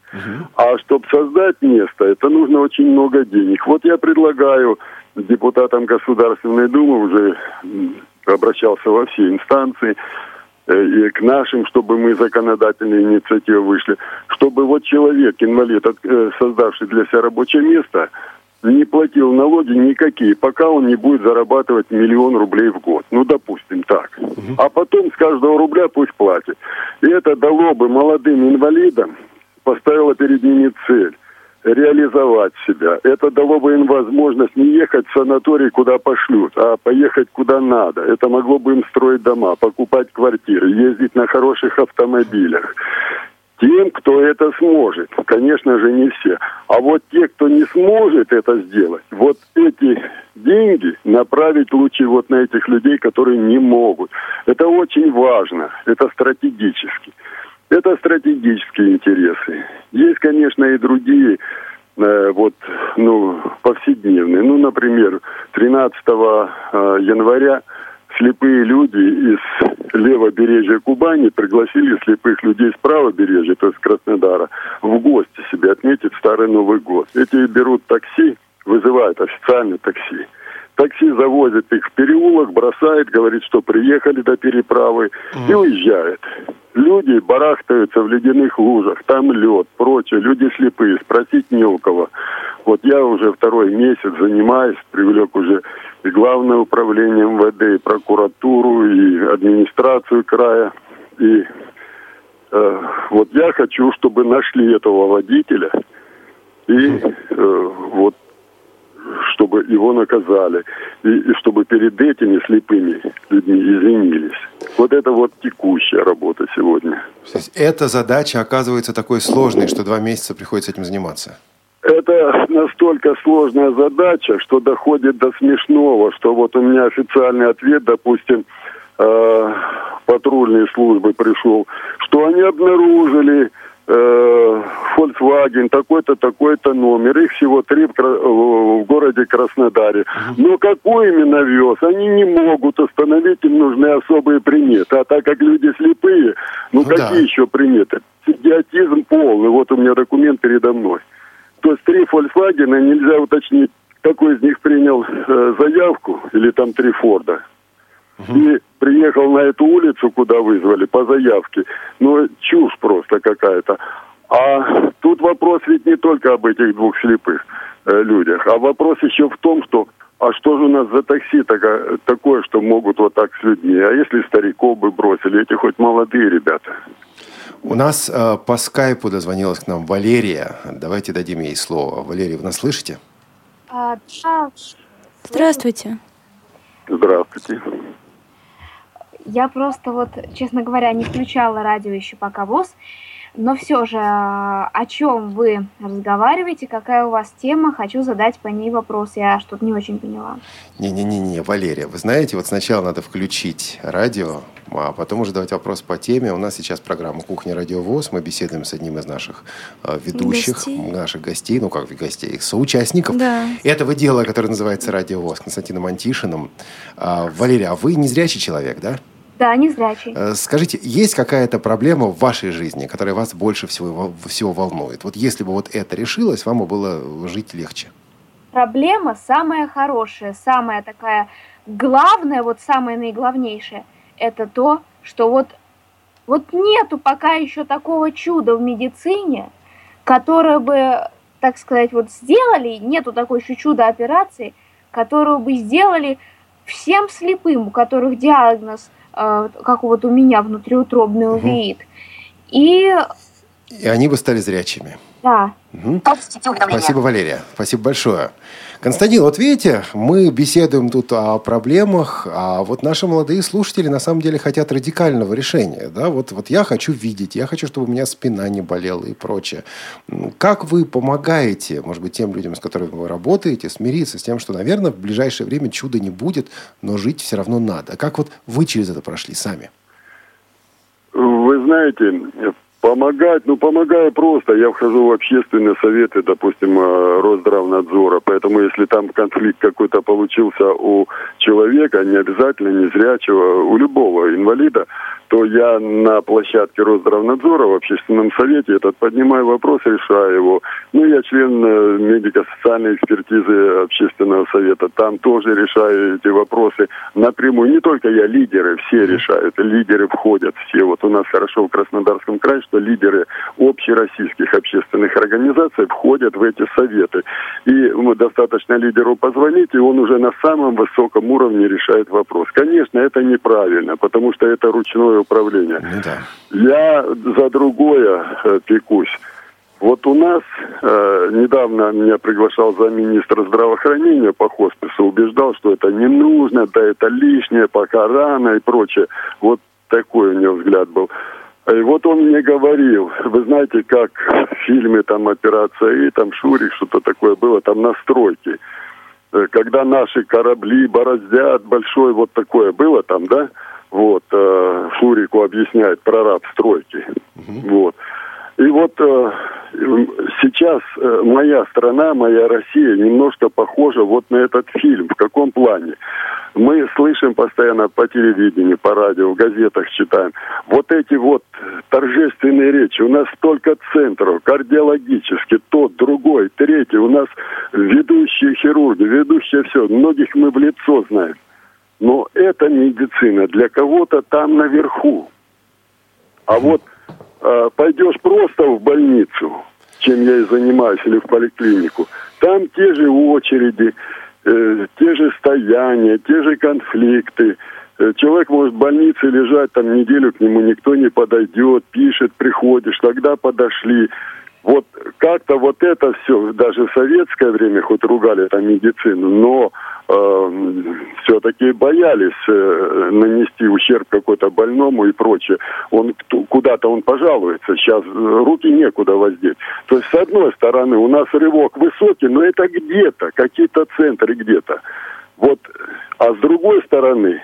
S7: А чтобы создать место, это нужно очень много денег. Вот я предлагаю депутатам Государственной Думы, уже обращался во все инстанции, и к нашим, чтобы мы законодательные инициативы вышли, чтобы вот человек, инвалид, создавший для себя рабочее место, не платил налоги никакие, пока он не будет зарабатывать миллион рублей в год. Ну, допустим, так. А потом с каждого рубля пусть платит. И это дало бы молодым инвалидам, поставила перед ними цель реализовать себя. Это дало бы им возможность не ехать в санаторий, куда пошлют, а поехать куда надо. Это могло бы им строить дома, покупать квартиры, ездить на хороших автомобилях. Тем, кто это сможет. Конечно же, не все. А вот те, кто не сможет это сделать, вот эти деньги направить лучше вот на этих людей, которые не могут. Это очень важно. Это стратегически. Это стратегические интересы. Есть, конечно, и другие, э, вот, ну, повседневные. Ну, например, тринадцатого января слепые люди из левобережья Кубани пригласили слепых людей с правобережья, то есть Краснодара, в гости себе отметить Старый Новый год. Эти берут такси, вызывают официально такси. Такси завозит их в переулок, бросает, говорит, что приехали до переправы, mm. и уезжает. Люди барахтаются в ледяных лужах, там лед, прочее. Люди слепые, спросить не у кого. Вот я уже второй месяц занимаюсь, привлек уже и Главное управление эм вэ дэ, и прокуратуру, и администрацию края. И э, вот я хочу, чтобы нашли этого водителя, и э, вот чтобы его наказали, и, и чтобы перед этими слепыми людьми извинились. Вот это вот текущая работа сегодня.
S3: То есть эта задача оказывается такой сложной, что два месяца приходится этим заниматься?
S7: Это настолько сложная задача, что доходит до смешного, что вот у меня официальный ответ, допустим, э, патрульные службы пришел, что они обнаружили Volkswagen, такой-то, такой-то номер. Их всего три в, в городе Краснодаре. Но какой именно вез, они не могут установить, им нужны особые приметы. А так как люди слепые, ну, ну какие да. еще приметы? Идиотизм полный. Вот у меня документ передо мной. То есть три Volkswagen, нельзя уточнить, какой из них принял э, заявку, или там три Форда. И приехал на эту улицу, куда вызвали, по заявке. Ну, чушь просто какая-то. А тут вопрос ведь не только об этих двух слепых э, людях, а вопрос еще в том, что а что же у нас за такси такое, такое, что могут вот так с людьми? А если стариков бы бросили, эти хоть молодые ребята?
S3: У нас э, по скайпу дозвонилась к нам Валерия. Давайте дадим ей слово. Валерия, вы нас слышите?
S8: А, да.
S4: Здравствуйте.
S7: Здравствуйте.
S8: Я просто вот, честно говоря, не включала радио еще пока ВОС. Но все же, о чем вы разговариваете, какая у вас тема, хочу задать по ней вопрос. Я что-то не очень поняла.
S3: Не-не-не, Валерия, вы знаете, вот сначала надо включить радио, а потом уже давать вопрос по теме. У нас сейчас программа «Кухня Радио ВОС». Мы беседуем с одним из наших э, ведущих,
S4: Гостей.
S3: наших гостей, ну как гостей, соучастников
S4: Да.
S3: этого дела, которое называется «Радио ВОС», Константином Антишиным. А, Валерия, а вы незрячий человек, да?
S8: Да, не зрячий.
S3: Э, Скажите, есть какая-то проблема в вашей жизни, которая вас больше всего, всего волнует? Вот если бы вот это решилось, вам бы было жить легче.
S8: Проблема самая хорошая, самая такая главная, вот самая наиглавнейшая, это то, что вот, вот нету пока еще такого чуда в медицине, которое бы, так сказать, вот сделали, нету такой еще чуда операции, которую бы сделали всем слепым, у которых диагноз, э, как вот у меня, внутриутробный увеит. И
S3: И они бы стали зрячими.
S8: да.
S3: Мгм. Спасибо, Валерия. Спасибо большое. Константин, вот видите, мы беседуем тут о проблемах, а вот наши молодые слушатели на самом деле хотят радикального решения. Да? Вот, вот я хочу видеть, я хочу, чтобы у меня спина не болела и прочее. М, Как вы помогаете, может быть, тем людям, с которыми вы работаете, смириться с тем, что, наверное, в ближайшее время чуда не будет, но жить все равно надо? Как вот вы через это прошли сами?
S7: Вы знаете, помогать, ну, помогаю просто. Я вхожу в общественные советы, допустим, э, Росздравнадзора. Поэтому, если там конфликт какой-то получился у человека, не обязательно незрячего, у любого инвалида, то я на площадке Росздравнадзора в общественном совете этот поднимаю вопрос, решаю его. Ну, я член э, медико-социальной экспертизы общественного совета. Там тоже решаю эти вопросы напрямую. Не только я, лидеры все решают. Лидеры входят все. Вот у нас хорошо в Краснодарском крае, что лидеры общероссийских общественных организаций входят в эти советы. И ну, достаточно лидеру позвонить, и он уже на самом высоком уровне решает вопрос. Конечно, это неправильно, потому что это ручное управление.
S3: Ну да.
S7: Я за другое э, пекусь. Вот у нас э, недавно меня приглашал замминистра здравоохранения по хоспису, убеждал, что это не нужно, да это лишнее, пока рано и прочее. Вот такой у него взгляд был. И вот он мне говорил, вы знаете, как в фильме там «Операция И», там «Шурик», что-то такое было, там настройки. Э, Когда наши корабли бороздят, большое вот такое было там, да? Вот, э, Шурику объясняет прораб стройки. Вот. И вот э, сейчас э, моя страна, моя Россия немножко похожа вот на этот фильм. В каком плане? Мы слышим постоянно по телевидению, по радио, в газетах читаем. Вот эти вот торжественные речи. У нас столько центров, кардиологически, тот, другой, третий. У нас ведущие хирурги, ведущие все. Многих мы в лицо знаем. Но это медицина для кого-то там наверху. А вот э, пойдешь просто в больницу, чем я и занимаюсь, или в поликлинику, там те же очереди, э, те же стояния, те же конфликты. Э, человек может в больнице лежать, там неделю к нему никто не подойдет, пишет, приходишь, тогда подошли. Вот как-то вот это все, даже в советское время хоть ругали там медицину, но э, все-таки боялись э, нанести ущерб какой-то больному и прочее. Он куда-то он пожалуется, сейчас руки некуда воздеть. То есть, с одной стороны, у нас рывок высокий, но это где-то, какие-то центры где-то. Вот, а с другой стороны,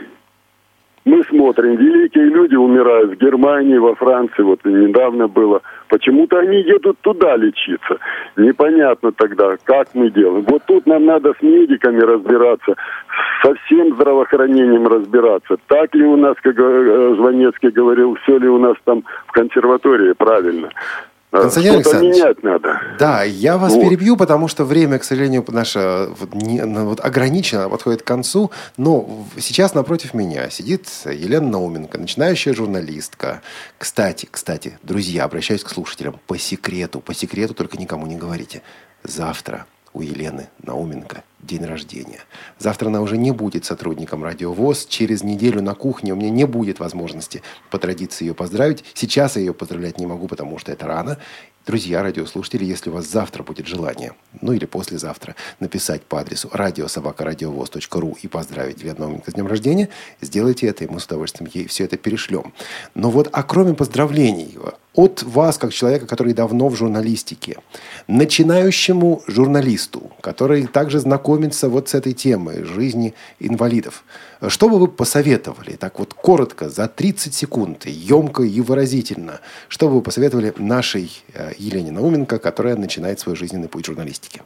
S7: мы смотрим, великие люди умирают в Германии, во Франции, вот недавно было. Почему-то они едут туда лечиться. Непонятно тогда, как мы делаем. Вот тут нам надо с медиками разбираться, со всем здравоохранением разбираться. Так ли у нас, как Жванецкий говорил, все ли у нас там в консерватории правильно.
S3: Константин
S7: Что-то
S3: Александрович,
S7: менять надо.
S3: Да, я вас
S7: Вот.
S3: перебью, потому что время, к сожалению, наше вот, не, ну, вот ограничено, подходит к концу. Но в- сейчас напротив меня сидит Елена Науменко, начинающая журналистка. Кстати, кстати, друзья, обращаюсь к слушателям. По секрету, по секрету, только никому не говорите. Завтра у Елены Науменко день рождения. Завтра она уже не будет сотрудником Радио ВОС. Через неделю на кухне у меня не будет возможности по традиции ее поздравить. Сейчас я ее поздравлять не могу, потому что это рано. Друзья, радиослушатели, если у вас завтра будет желание, ну или послезавтра, написать по адресу радио собака радиовоз точка ру и поздравить Елену Науменко с днем рождения, сделайте это, и мы с удовольствием ей все это перешлем. Но вот, а кроме поздравлений, от вас, как человека, который давно в журналистике, начинающему журналисту, который также знакомится вот с этой темой жизни инвалидов, что бы вы посоветовали, так вот коротко, за тридцать секунд, емко и выразительно, что бы вы посоветовали нашей Елене Науменко, которая начинает свой жизненный путь в журналистике?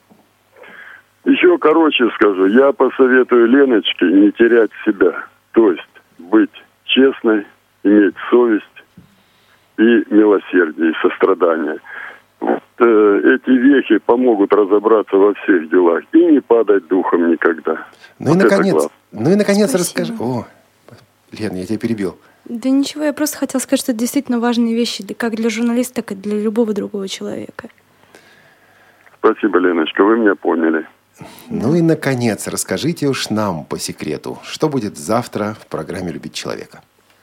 S7: Еще короче скажу. Я посоветую Леночке не терять себя. То есть быть честной, иметь совесть и милосердие, и сострадание. Вот, э, эти вехи помогут разобраться во всех делах и не падать духом никогда.
S3: Ну, вот и, наконец, ну и наконец расскажи... О, Лен, я тебя перебил.
S4: Да ничего, я просто хотела сказать, что это действительно важные вещи как для журналиста, так и для любого другого человека.
S7: Спасибо, Леночка, вы меня поняли.
S3: Ну и, наконец, расскажите уж нам по секрету, что будет завтра в программе «Любить человека».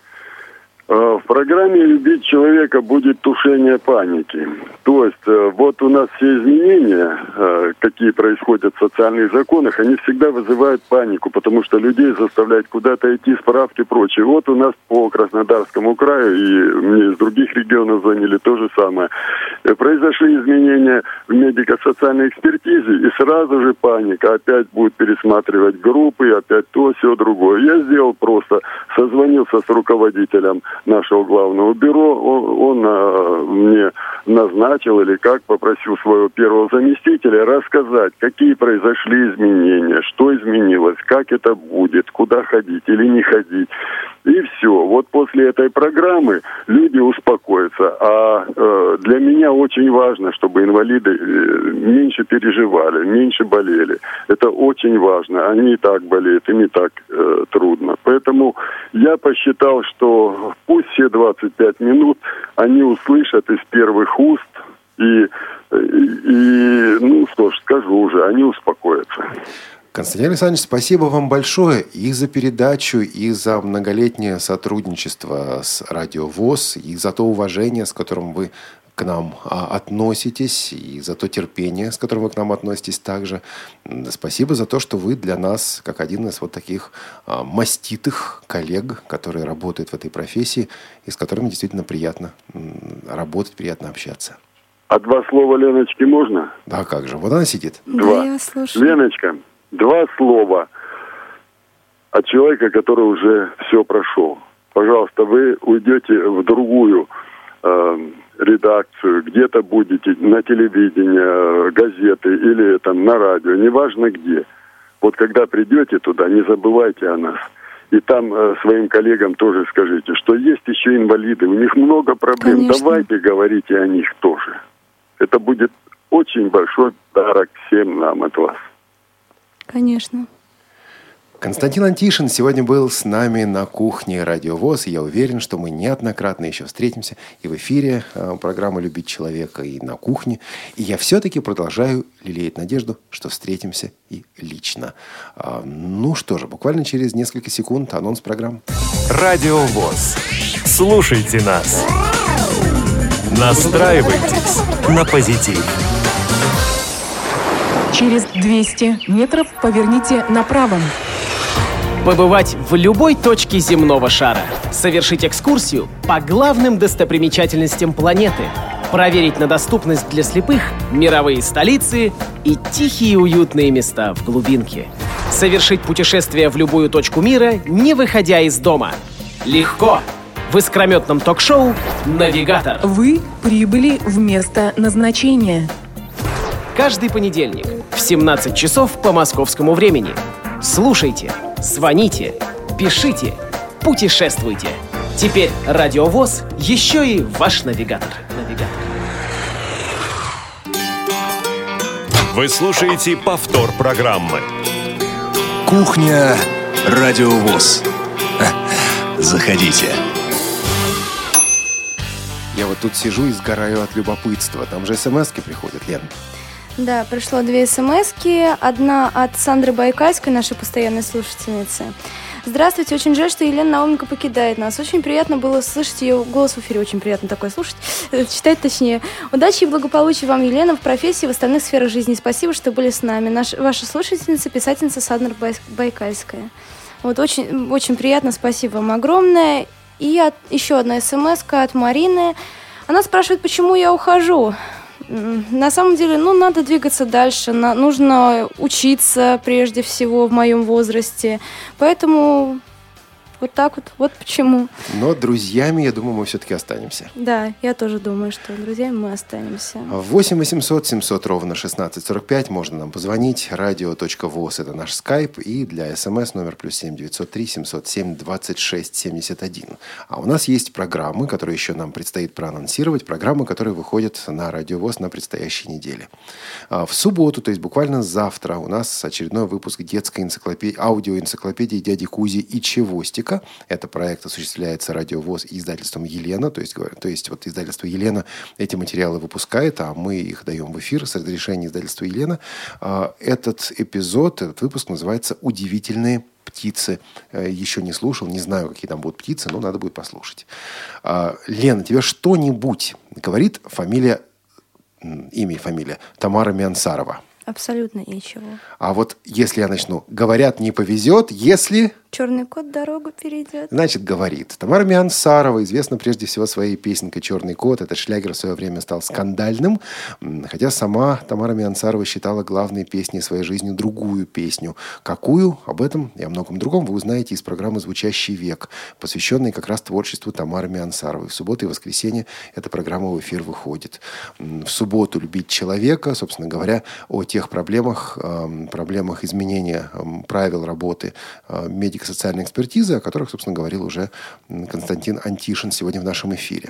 S7: В программе «Любить человека» будет тушение паники. То есть, вот у нас все изменения, какие происходят в социальных законах, они всегда вызывают панику, потому что людей заставляют куда-то идти, справки и прочее. Вот у нас по Краснодарскому краю, и мне из других регионов звонили то же самое. Произошли изменения в медико-социальной экспертизе, и сразу же паника. Опять будут пересматривать группы, опять то, все другое. Я сделал просто, созвонился с руководителем нашего главного бюро, он, он а, мне назначил или как, попросил своего первого заместителя рассказать, какие произошли изменения, что изменилось, как это будет, куда ходить или не ходить. И все. Вот после этой программы люди успокоятся. А э, для меня очень важно, чтобы инвалиды э, меньше переживали, меньше болели. Это очень важно. Они и так болеют, им и так э, трудно. Поэтому я посчитал, что пусть все двадцать пять минут они услышат из первых уст. И, и, и ну что ж, скажу уже, они успокоятся.
S3: Константин Александрович, спасибо вам большое и за передачу, и за многолетнее сотрудничество с Радио ВОС, и за то уважение, с которым вы к нам относитесь, и за то терпение, с которым вы к нам относитесь также. Спасибо за то, что вы для нас, как один из вот таких маститых коллег, которые работают в этой профессии, и с которыми действительно приятно работать, приятно общаться.
S7: А два слова Леночки можно?
S3: Да, как же. Вот она сидит.
S7: Два.
S4: Да, я слушаю.
S7: Леночка, два слова от человека, который уже все прошел. Пожалуйста, вы уйдете в другую э, редакцию, где-то будете на телевидении, газеты или там на радио, неважно где. Вот когда придете туда, не забывайте о нас. И там э, своим коллегам тоже скажите, что есть еще инвалиды, у них много проблем.
S4: Конечно.
S7: Давайте говорите о них тоже. Это будет очень большой подарок всем нам от вас.
S4: Конечно.
S3: Константин Антишин сегодня был с нами на кухне Радио ВОС. И я уверен, что мы неоднократно еще встретимся и в эфире э, программы «Любить человека», и на кухне. И я все-таки продолжаю лелеять надежду, что встретимся и лично. А, ну что же, буквально через несколько секунд анонс программы.
S1: Радио ВОС. Слушайте нас. Настраивайтесь на позитив.
S9: Через двести метров поверните направо.
S10: Побывать в любой точке земного шара. Совершить экскурсию по главным достопримечательностям планеты. Проверить на доступность для слепых мировые столицы и тихие уютные места в глубинке. Совершить путешествие в любую точку мира, не выходя из дома. Легко! В искрометном ток-шоу «Навигатор».
S9: Вы прибыли в место назначения.
S10: Каждый понедельник в семнадцать часов по московскому времени. Слушайте, звоните, пишите, путешествуйте. Теперь Радио ВОС еще и ваш навигатор. Навигатор.
S1: Вы слушаете повтор программы.
S2: Кухня Радио ВОС. Заходите.
S3: Я вот тут сижу и сгораю от любопытства. Там же смс-ки приходят, Лен.
S4: Да, пришло две смс-ки. Одна от Сандры Байкальской, нашей постоянной слушательницы. Здравствуйте, очень жаль, что Елена Науменко покидает нас. Очень приятно было слышать ее голос в эфире. Очень приятно такое слушать, читать точнее. Удачи и благополучия вам, Елена, в профессии и в остальных сферах жизни. Спасибо, что были с нами. Наш, ваша слушательница, писательница Сандра Байкальская. Вот очень, очень приятно, спасибо вам огромное. И от, еще одна смс-ка от Марины. Она спрашивает, почему я ухожу. М, На самом деле, ну, надо двигаться дальше. на- Нужно учиться прежде всего в моем возрасте. Поэтому вот так вот. Вот почему.
S3: Но друзьями, я думаю, мы все-таки останемся.
S4: Да, я тоже думаю, что друзьями мы останемся.
S3: восемь восемьсот семьсот ровно шестнадцать сорок пять. Можно нам позвонить. Радио.воз – это наш скайп. И для СМС номер плюс семь девятьсот три семьсот семь двадцать шесть семьдесят один. А у нас есть программы, которые еще нам предстоит проанонсировать. Программы, которые выходят на Радио ВОС на предстоящей неделе. А В субботу, то есть буквально завтра, у нас очередной выпуск детской энциклопедии, аудиоэнциклопедии дяди Кузи и Чевостика. Это проект осуществляется Радио ВОС и издательством «Елена». То есть, говоря- то есть вот издательство «Елена» эти материалы выпускает, а мы их даем в эфир с разрешения издательства «Елена». А, Этот эпизод, этот выпуск называется «Удивительные птицы». Э, Еще не слушал, не знаю, какие там будут птицы, но надо будет послушать. А, Лена, тебе что-нибудь говорит фамилия, м, имя и фамилия Тамара Миансарова?
S4: Абсолютно ничего.
S3: А вот если я начну, говорят, не повезет, если...
S4: Черный кот дорогу перейдет.
S3: Значит, говорит. Тамара Миансарова известна прежде всего своей песенкой «Черный кот». Этот шлягер в свое время стал скандальным. М, Хотя сама Тамара Миансарова считала главной песней своей жизни другую песню. Какую? Об этом и о многом другом вы узнаете из программы «Звучащий век», посвященной как раз творчеству Тамары Миансаровой. В субботу и воскресенье эта программа в эфир выходит. М, В субботу «Любить человека», собственно говоря, о тех проблемах, эм, проблемах изменения эм, правил работы э, медико-социальной экспертизы, о которых, собственно, говорил уже м, Константин Антишин сегодня в нашем эфире.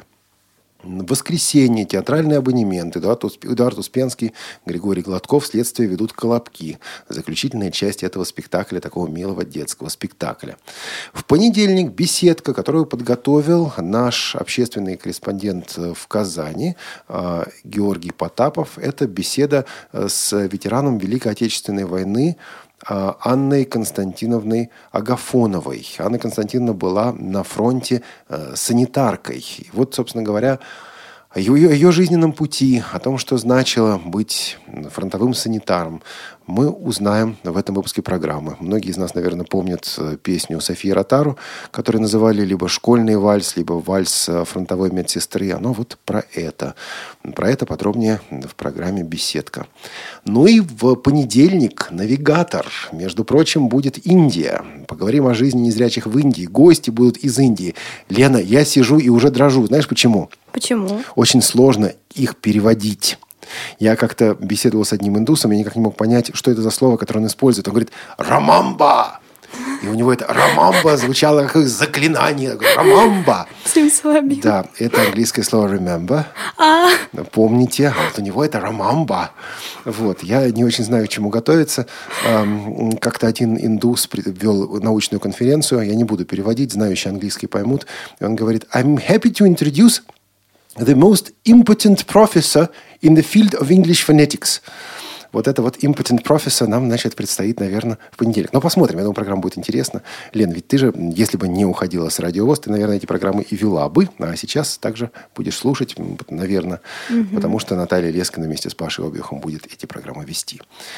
S3: В воскресенье театральный абонемент. Эдуард, Усп- Эдуард Успенский, Григорий Гладков. Следствие ведут «Колобки». Заключительная часть этого спектакля, такого милого детского спектакля. В понедельник беседка, которую подготовил наш общественный корреспондент э, в Казани э, Георгий Потапов. Это беседа э, с ветераном Великой Отечественной войны э, Анной Константиновной Агафоновой. Анна Константиновна была на фронте э, санитаркой. И вот, собственно говоря, о ее, о ее жизненном пути, о том, что значило быть фронтовым санитаром, мы узнаем в этом выпуске программы. Многие из нас, наверное, помнят э, песню Софии Ротару, которую называли либо «Школьный вальс», либо «Вальс э, фронтовой медсестры». Оно вот про это. Про это подробнее в программе «Беседка». Ну и в понедельник «Навигатор». Между прочим, будет Индия. Поговорим о жизни незрячих в Индии. Гости будут из Индии. Лена, я сижу и уже дрожу. Знаешь почему?
S4: Почему?
S3: Очень сложно их переводить. Я как-то беседовал с одним индусом, я никак не мог понять, что это за слово, которое он использует. Он говорит «Рамамба». И у него это «Рамамба» звучало как заклинание. «Рамамба».
S4: Симсалабим.
S3: Да, это английское слово «remember».
S4: А,
S3: Помните, а вот у него это «рамамба». Вот, я не очень знаю, к чему готовиться. Эм, Как-то один индус при- вел научную конференцию, я не буду переводить, знающие английский поймут. И он говорит «I'm happy to introduce the most impotent professor in the field of English phonetics». Вот это вот impotent professor нам, значит, предстоит, наверное, в понедельник. Но посмотрим, я думаю, программа будет интересна. Лен, ведь ты же, если бы не уходила с Радио ВОС, ты, наверное, эти программы и вела бы, а сейчас также будешь слушать, м, наверное, потому что Наталья Лескина вместе с Пашей Обиухом будет эти программы вести.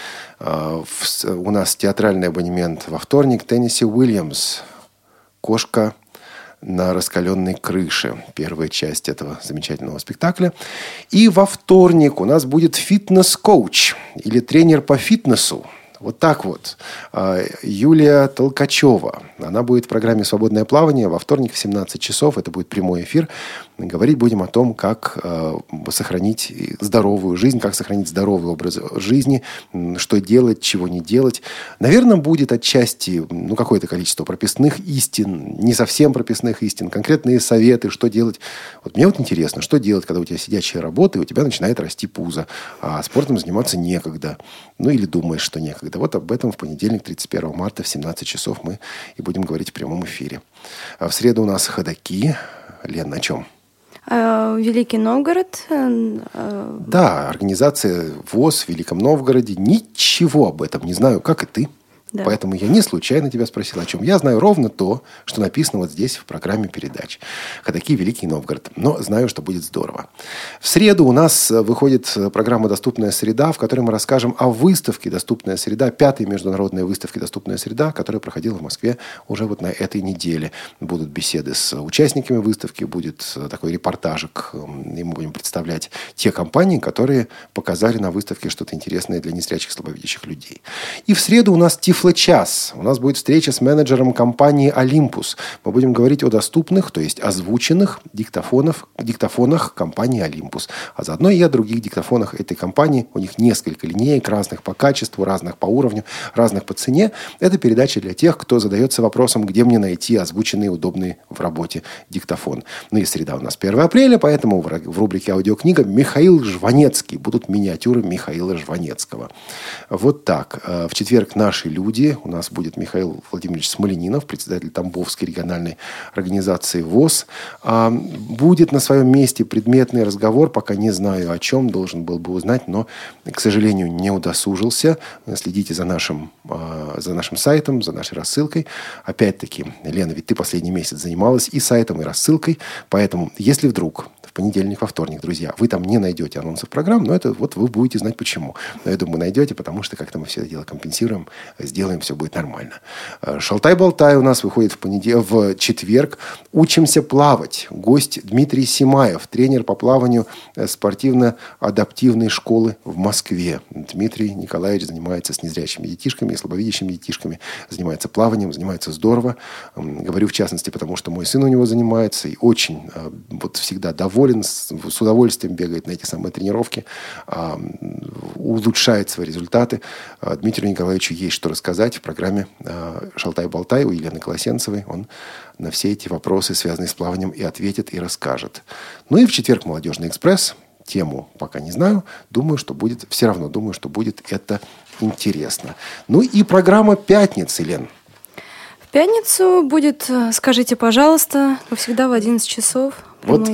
S3: А, в с- У нас театральный абонемент во вторник. Теннесси Уильямс «Кошка на раскаленной крыше». Первая часть этого замечательного спектакля. И во вторник у нас будет фитнес-коуч или тренер по фитнесу. Вот так вот. А, Юлия Толкачева. Она будет в программе «Свободное плавание» во вторник в семнадцать часов. Это будет прямой эфир. Говорить будем о том, как э, сохранить здоровую жизнь, как сохранить здоровый образ жизни, м, что делать, чего не делать. Наверное, будет отчасти ну, какое-то количество прописных истин, не совсем прописных истин, конкретные советы, что делать. Вот мне вот интересно, что делать, когда у тебя сидячая работа, и у тебя начинает расти пузо, а спортом заниматься некогда. Ну, или думаешь, что некогда. Вот об этом в понедельник, тридцать первого марта в семнадцать часов мы и будем говорить в прямом эфире. А в среду у нас ходаки. Лен, на чем?
S4: а, Великий Новгород. э, э,
S3: Да, организация ВОС в Великом Новгороде. Ничего об этом не знаю. Как и ты?
S4: Да.
S3: Поэтому я не случайно тебя спросил, о чем. Я знаю ровно то, что написано вот здесь в программе передач. Ходаки Великий Новгород. Но знаю, что будет здорово. В среду у нас выходит программа «Доступная среда», в которой мы расскажем о выставке «Доступная среда», пятой международной выставке «Доступная среда», которая проходила в Москве уже вот на этой неделе. Будут беседы с участниками выставки, будет такой репортажик, и мы будем представлять те компании, которые показали на выставке что-то интересное для незрячих, слабовидящих людей. И в среду у нас Тифлочас. У нас будет встреча с менеджером компании «Олимпус». Мы будем говорить о доступных, то есть озвученных диктофонов, диктофонах компании «Олимпус». А заодно и о других диктофонах этой компании. У них несколько линеек, разных по качеству, разных по уровню, разных по цене. Это передача для тех, кто задается вопросом, где мне найти озвученный, удобный в работе диктофон. Ну и среда у нас первое апреля, поэтому в рубрике «Аудиокнига» Михаил Жванецкий. Будут миниатюры Михаила Жванецкого. Вот так. В четверг «Наши люди». У нас будет Михаил Владимирович Смоленинов, председатель Тамбовской региональной организации ВОС. Будет на своем месте предметный разговор. Пока не знаю о чем, должен был бы узнать, но, к сожалению, не удосужился. Следите за нашим, за нашим сайтом, за нашей рассылкой. Опять-таки, Лена, ведь ты последний месяц занималась и сайтом, и рассылкой. Поэтому, если вдруг в понедельник, во вторник, друзья, вы там не найдете анонсов программ, но это вот вы будете знать почему. Но я думаю, найдете, потому что как-то мы все это дело компенсируем, сделаем, все будет нормально. Шалтай-болтай у нас выходит в, понедел... в четверг. Учимся плавать. Гость Дмитрий Симаев, тренер по плаванию спортивно-адаптивной школы в Москве. Дмитрий Николаевич занимается с незрячими детишками и слабовидящими детишками. Занимается плаванием, занимается здорово. Говорю в частности, потому что мой сын у него занимается и очень вот всегда доволен, с удовольствием бегает на эти самые тренировки, улучшает свои результаты. Дмитрию Николаевичу есть что рассказать в программе «Шалтай-болтай» у Елены Колосенцевой. Он на все эти вопросы, связанные с плаванием, и ответит, и расскажет. Ну и в четверг «Молодежный экспресс». Тему пока не знаю. Думаю, что будет, все равно думаю, что будет это интересно. Ну и программа «Пятница», Лен.
S4: В пятницу будет «Скажите, пожалуйста», как всегда в одиннадцать часов.
S3: Вот,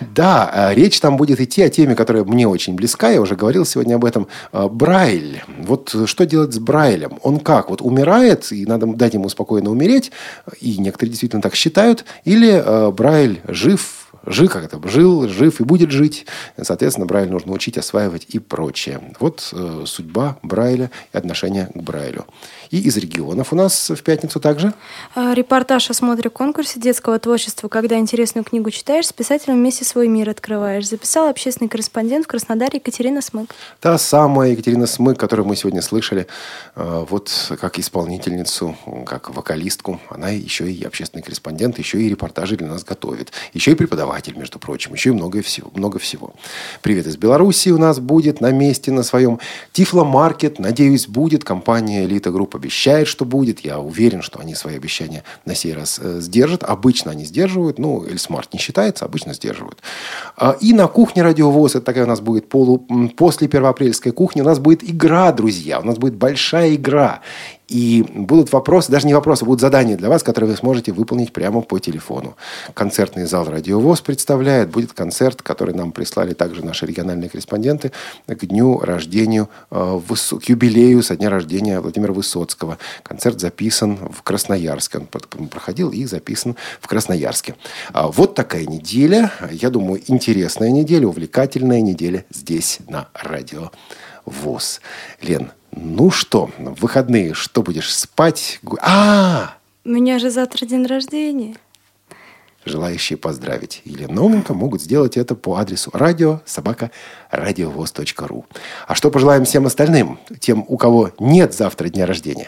S3: да, речь там будет идти о теме, которая мне очень близка. Я уже говорил сегодня об этом. Брайль. Вот что делать с Брайлем? Он как? Вот умирает, и надо дать ему спокойно умереть. И некоторые действительно так считают. Или Брайль жив, Жил, как это, жил, жив и будет жить. Соответственно, Брайль нужно учить, осваивать и прочее. Вот э, судьба Брайля и отношение к Брайлю. И из регионов у нас в пятницу также.
S4: Репортаж о смотре конкурсе детского творчества «Когда интересную книгу читаешь, с писателем вместе свой мир открываешь». Записала общественный корреспондент в Краснодаре Екатерина Смык.
S3: Та самая Екатерина Смык, которую мы сегодня слышали, э, вот как исполнительницу, как вокалистку. Она еще и общественный корреспондент, еще и репортажи для нас готовит. Еще и преподаватель, между прочим, еще и много всего, много всего. Привет из Беларуси у нас будет на месте, на своем. Тифломаркет, надеюсь, будет. Компания «Элита Групп» обещает, что будет. Я уверен, что они свои обещания на сей раз э, сдержат. Обычно они сдерживают. Ну, Эльсмарт не считается, обычно сдерживают. А, и на кухне «Радио ВОС», это такая у нас будет полу, после первоапрельской кухни, у нас будет игра, друзья. У нас будет большая игра. И будут вопросы, даже не вопросы, будут задания для вас, которые вы сможете выполнить прямо по телефону. Концертный зал «Радио ВОС» представляет. Будет концерт, который нам прислали также наши региональные корреспонденты к дню рождения, к юбилею со дня рождения Владимира Высоцкого. Концерт записан в Красноярске. Он проходил и записан в Красноярске. Вот такая неделя. Я думаю, интересная неделя, увлекательная неделя здесь на «Радио ВОС». Лен, ну что, в выходные что будешь спать? А!
S4: У меня же завтра день рождения.
S3: Желающие поздравить Елену Науменко могут сделать это по адресу радио собака радиовоз точка ру. А что пожелаем всем остальным, тем, у кого нет завтра дня рождения?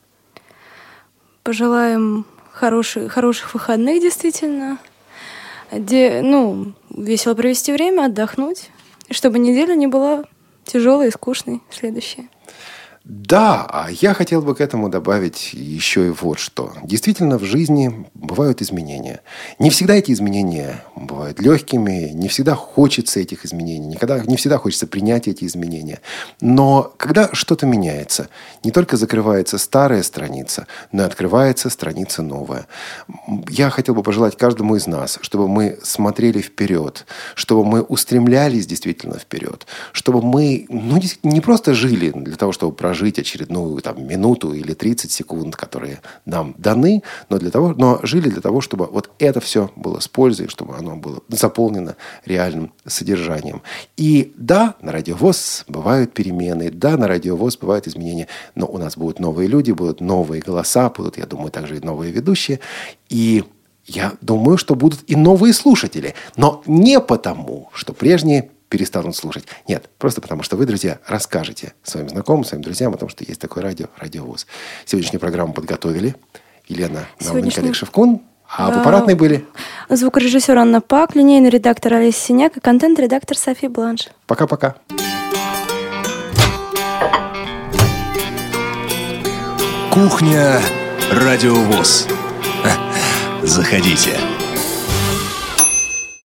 S4: Пожелаем хороших, хороших выходных, действительно. Де, ну, весело провести время, отдохнуть. И чтобы неделя не была тяжелой и скучной следующая.
S3: Да, а я хотел бы к этому добавить еще и вот что. Действительно, в жизни бывают изменения. Не всегда эти изменения бывают легкими, не всегда хочется этих изменений, никогда, не всегда хочется принять эти изменения. Но когда что-то меняется, не только закрывается старая страница, но и открывается страница новая. Я хотел бы пожелать каждому из нас, чтобы мы смотрели вперед, чтобы мы устремлялись действительно вперед, чтобы мы ну, не просто жили для того, чтобы прожить, прожить очередную там, минуту или тридцать секунд, которые нам даны, но, для того, но жили для того, чтобы вот это все было с пользой, чтобы оно было заполнено реальным содержанием. И да, на Радио ВОС бывают перемены, да, на Радио ВОС бывают изменения, но у нас будут новые люди, будут новые голоса, будут, я думаю, также и новые ведущие. И я думаю, что будут и новые слушатели. Но не потому, что прежние перестанут слушать. Нет, просто потому, что вы, друзья, расскажете своим знакомым, своим друзьям о том, что есть такое радио, Радио ВОС. Сегодняшнюю программу подготовили Елена Наумник-Шевкун. А в аппаратной были
S4: звукорежиссер Анна Пак, линейный редактор Олеся Синяк и контент-редактор София Бланш.
S3: Пока-пока.
S2: Кухня Радио ВОС. Заходите.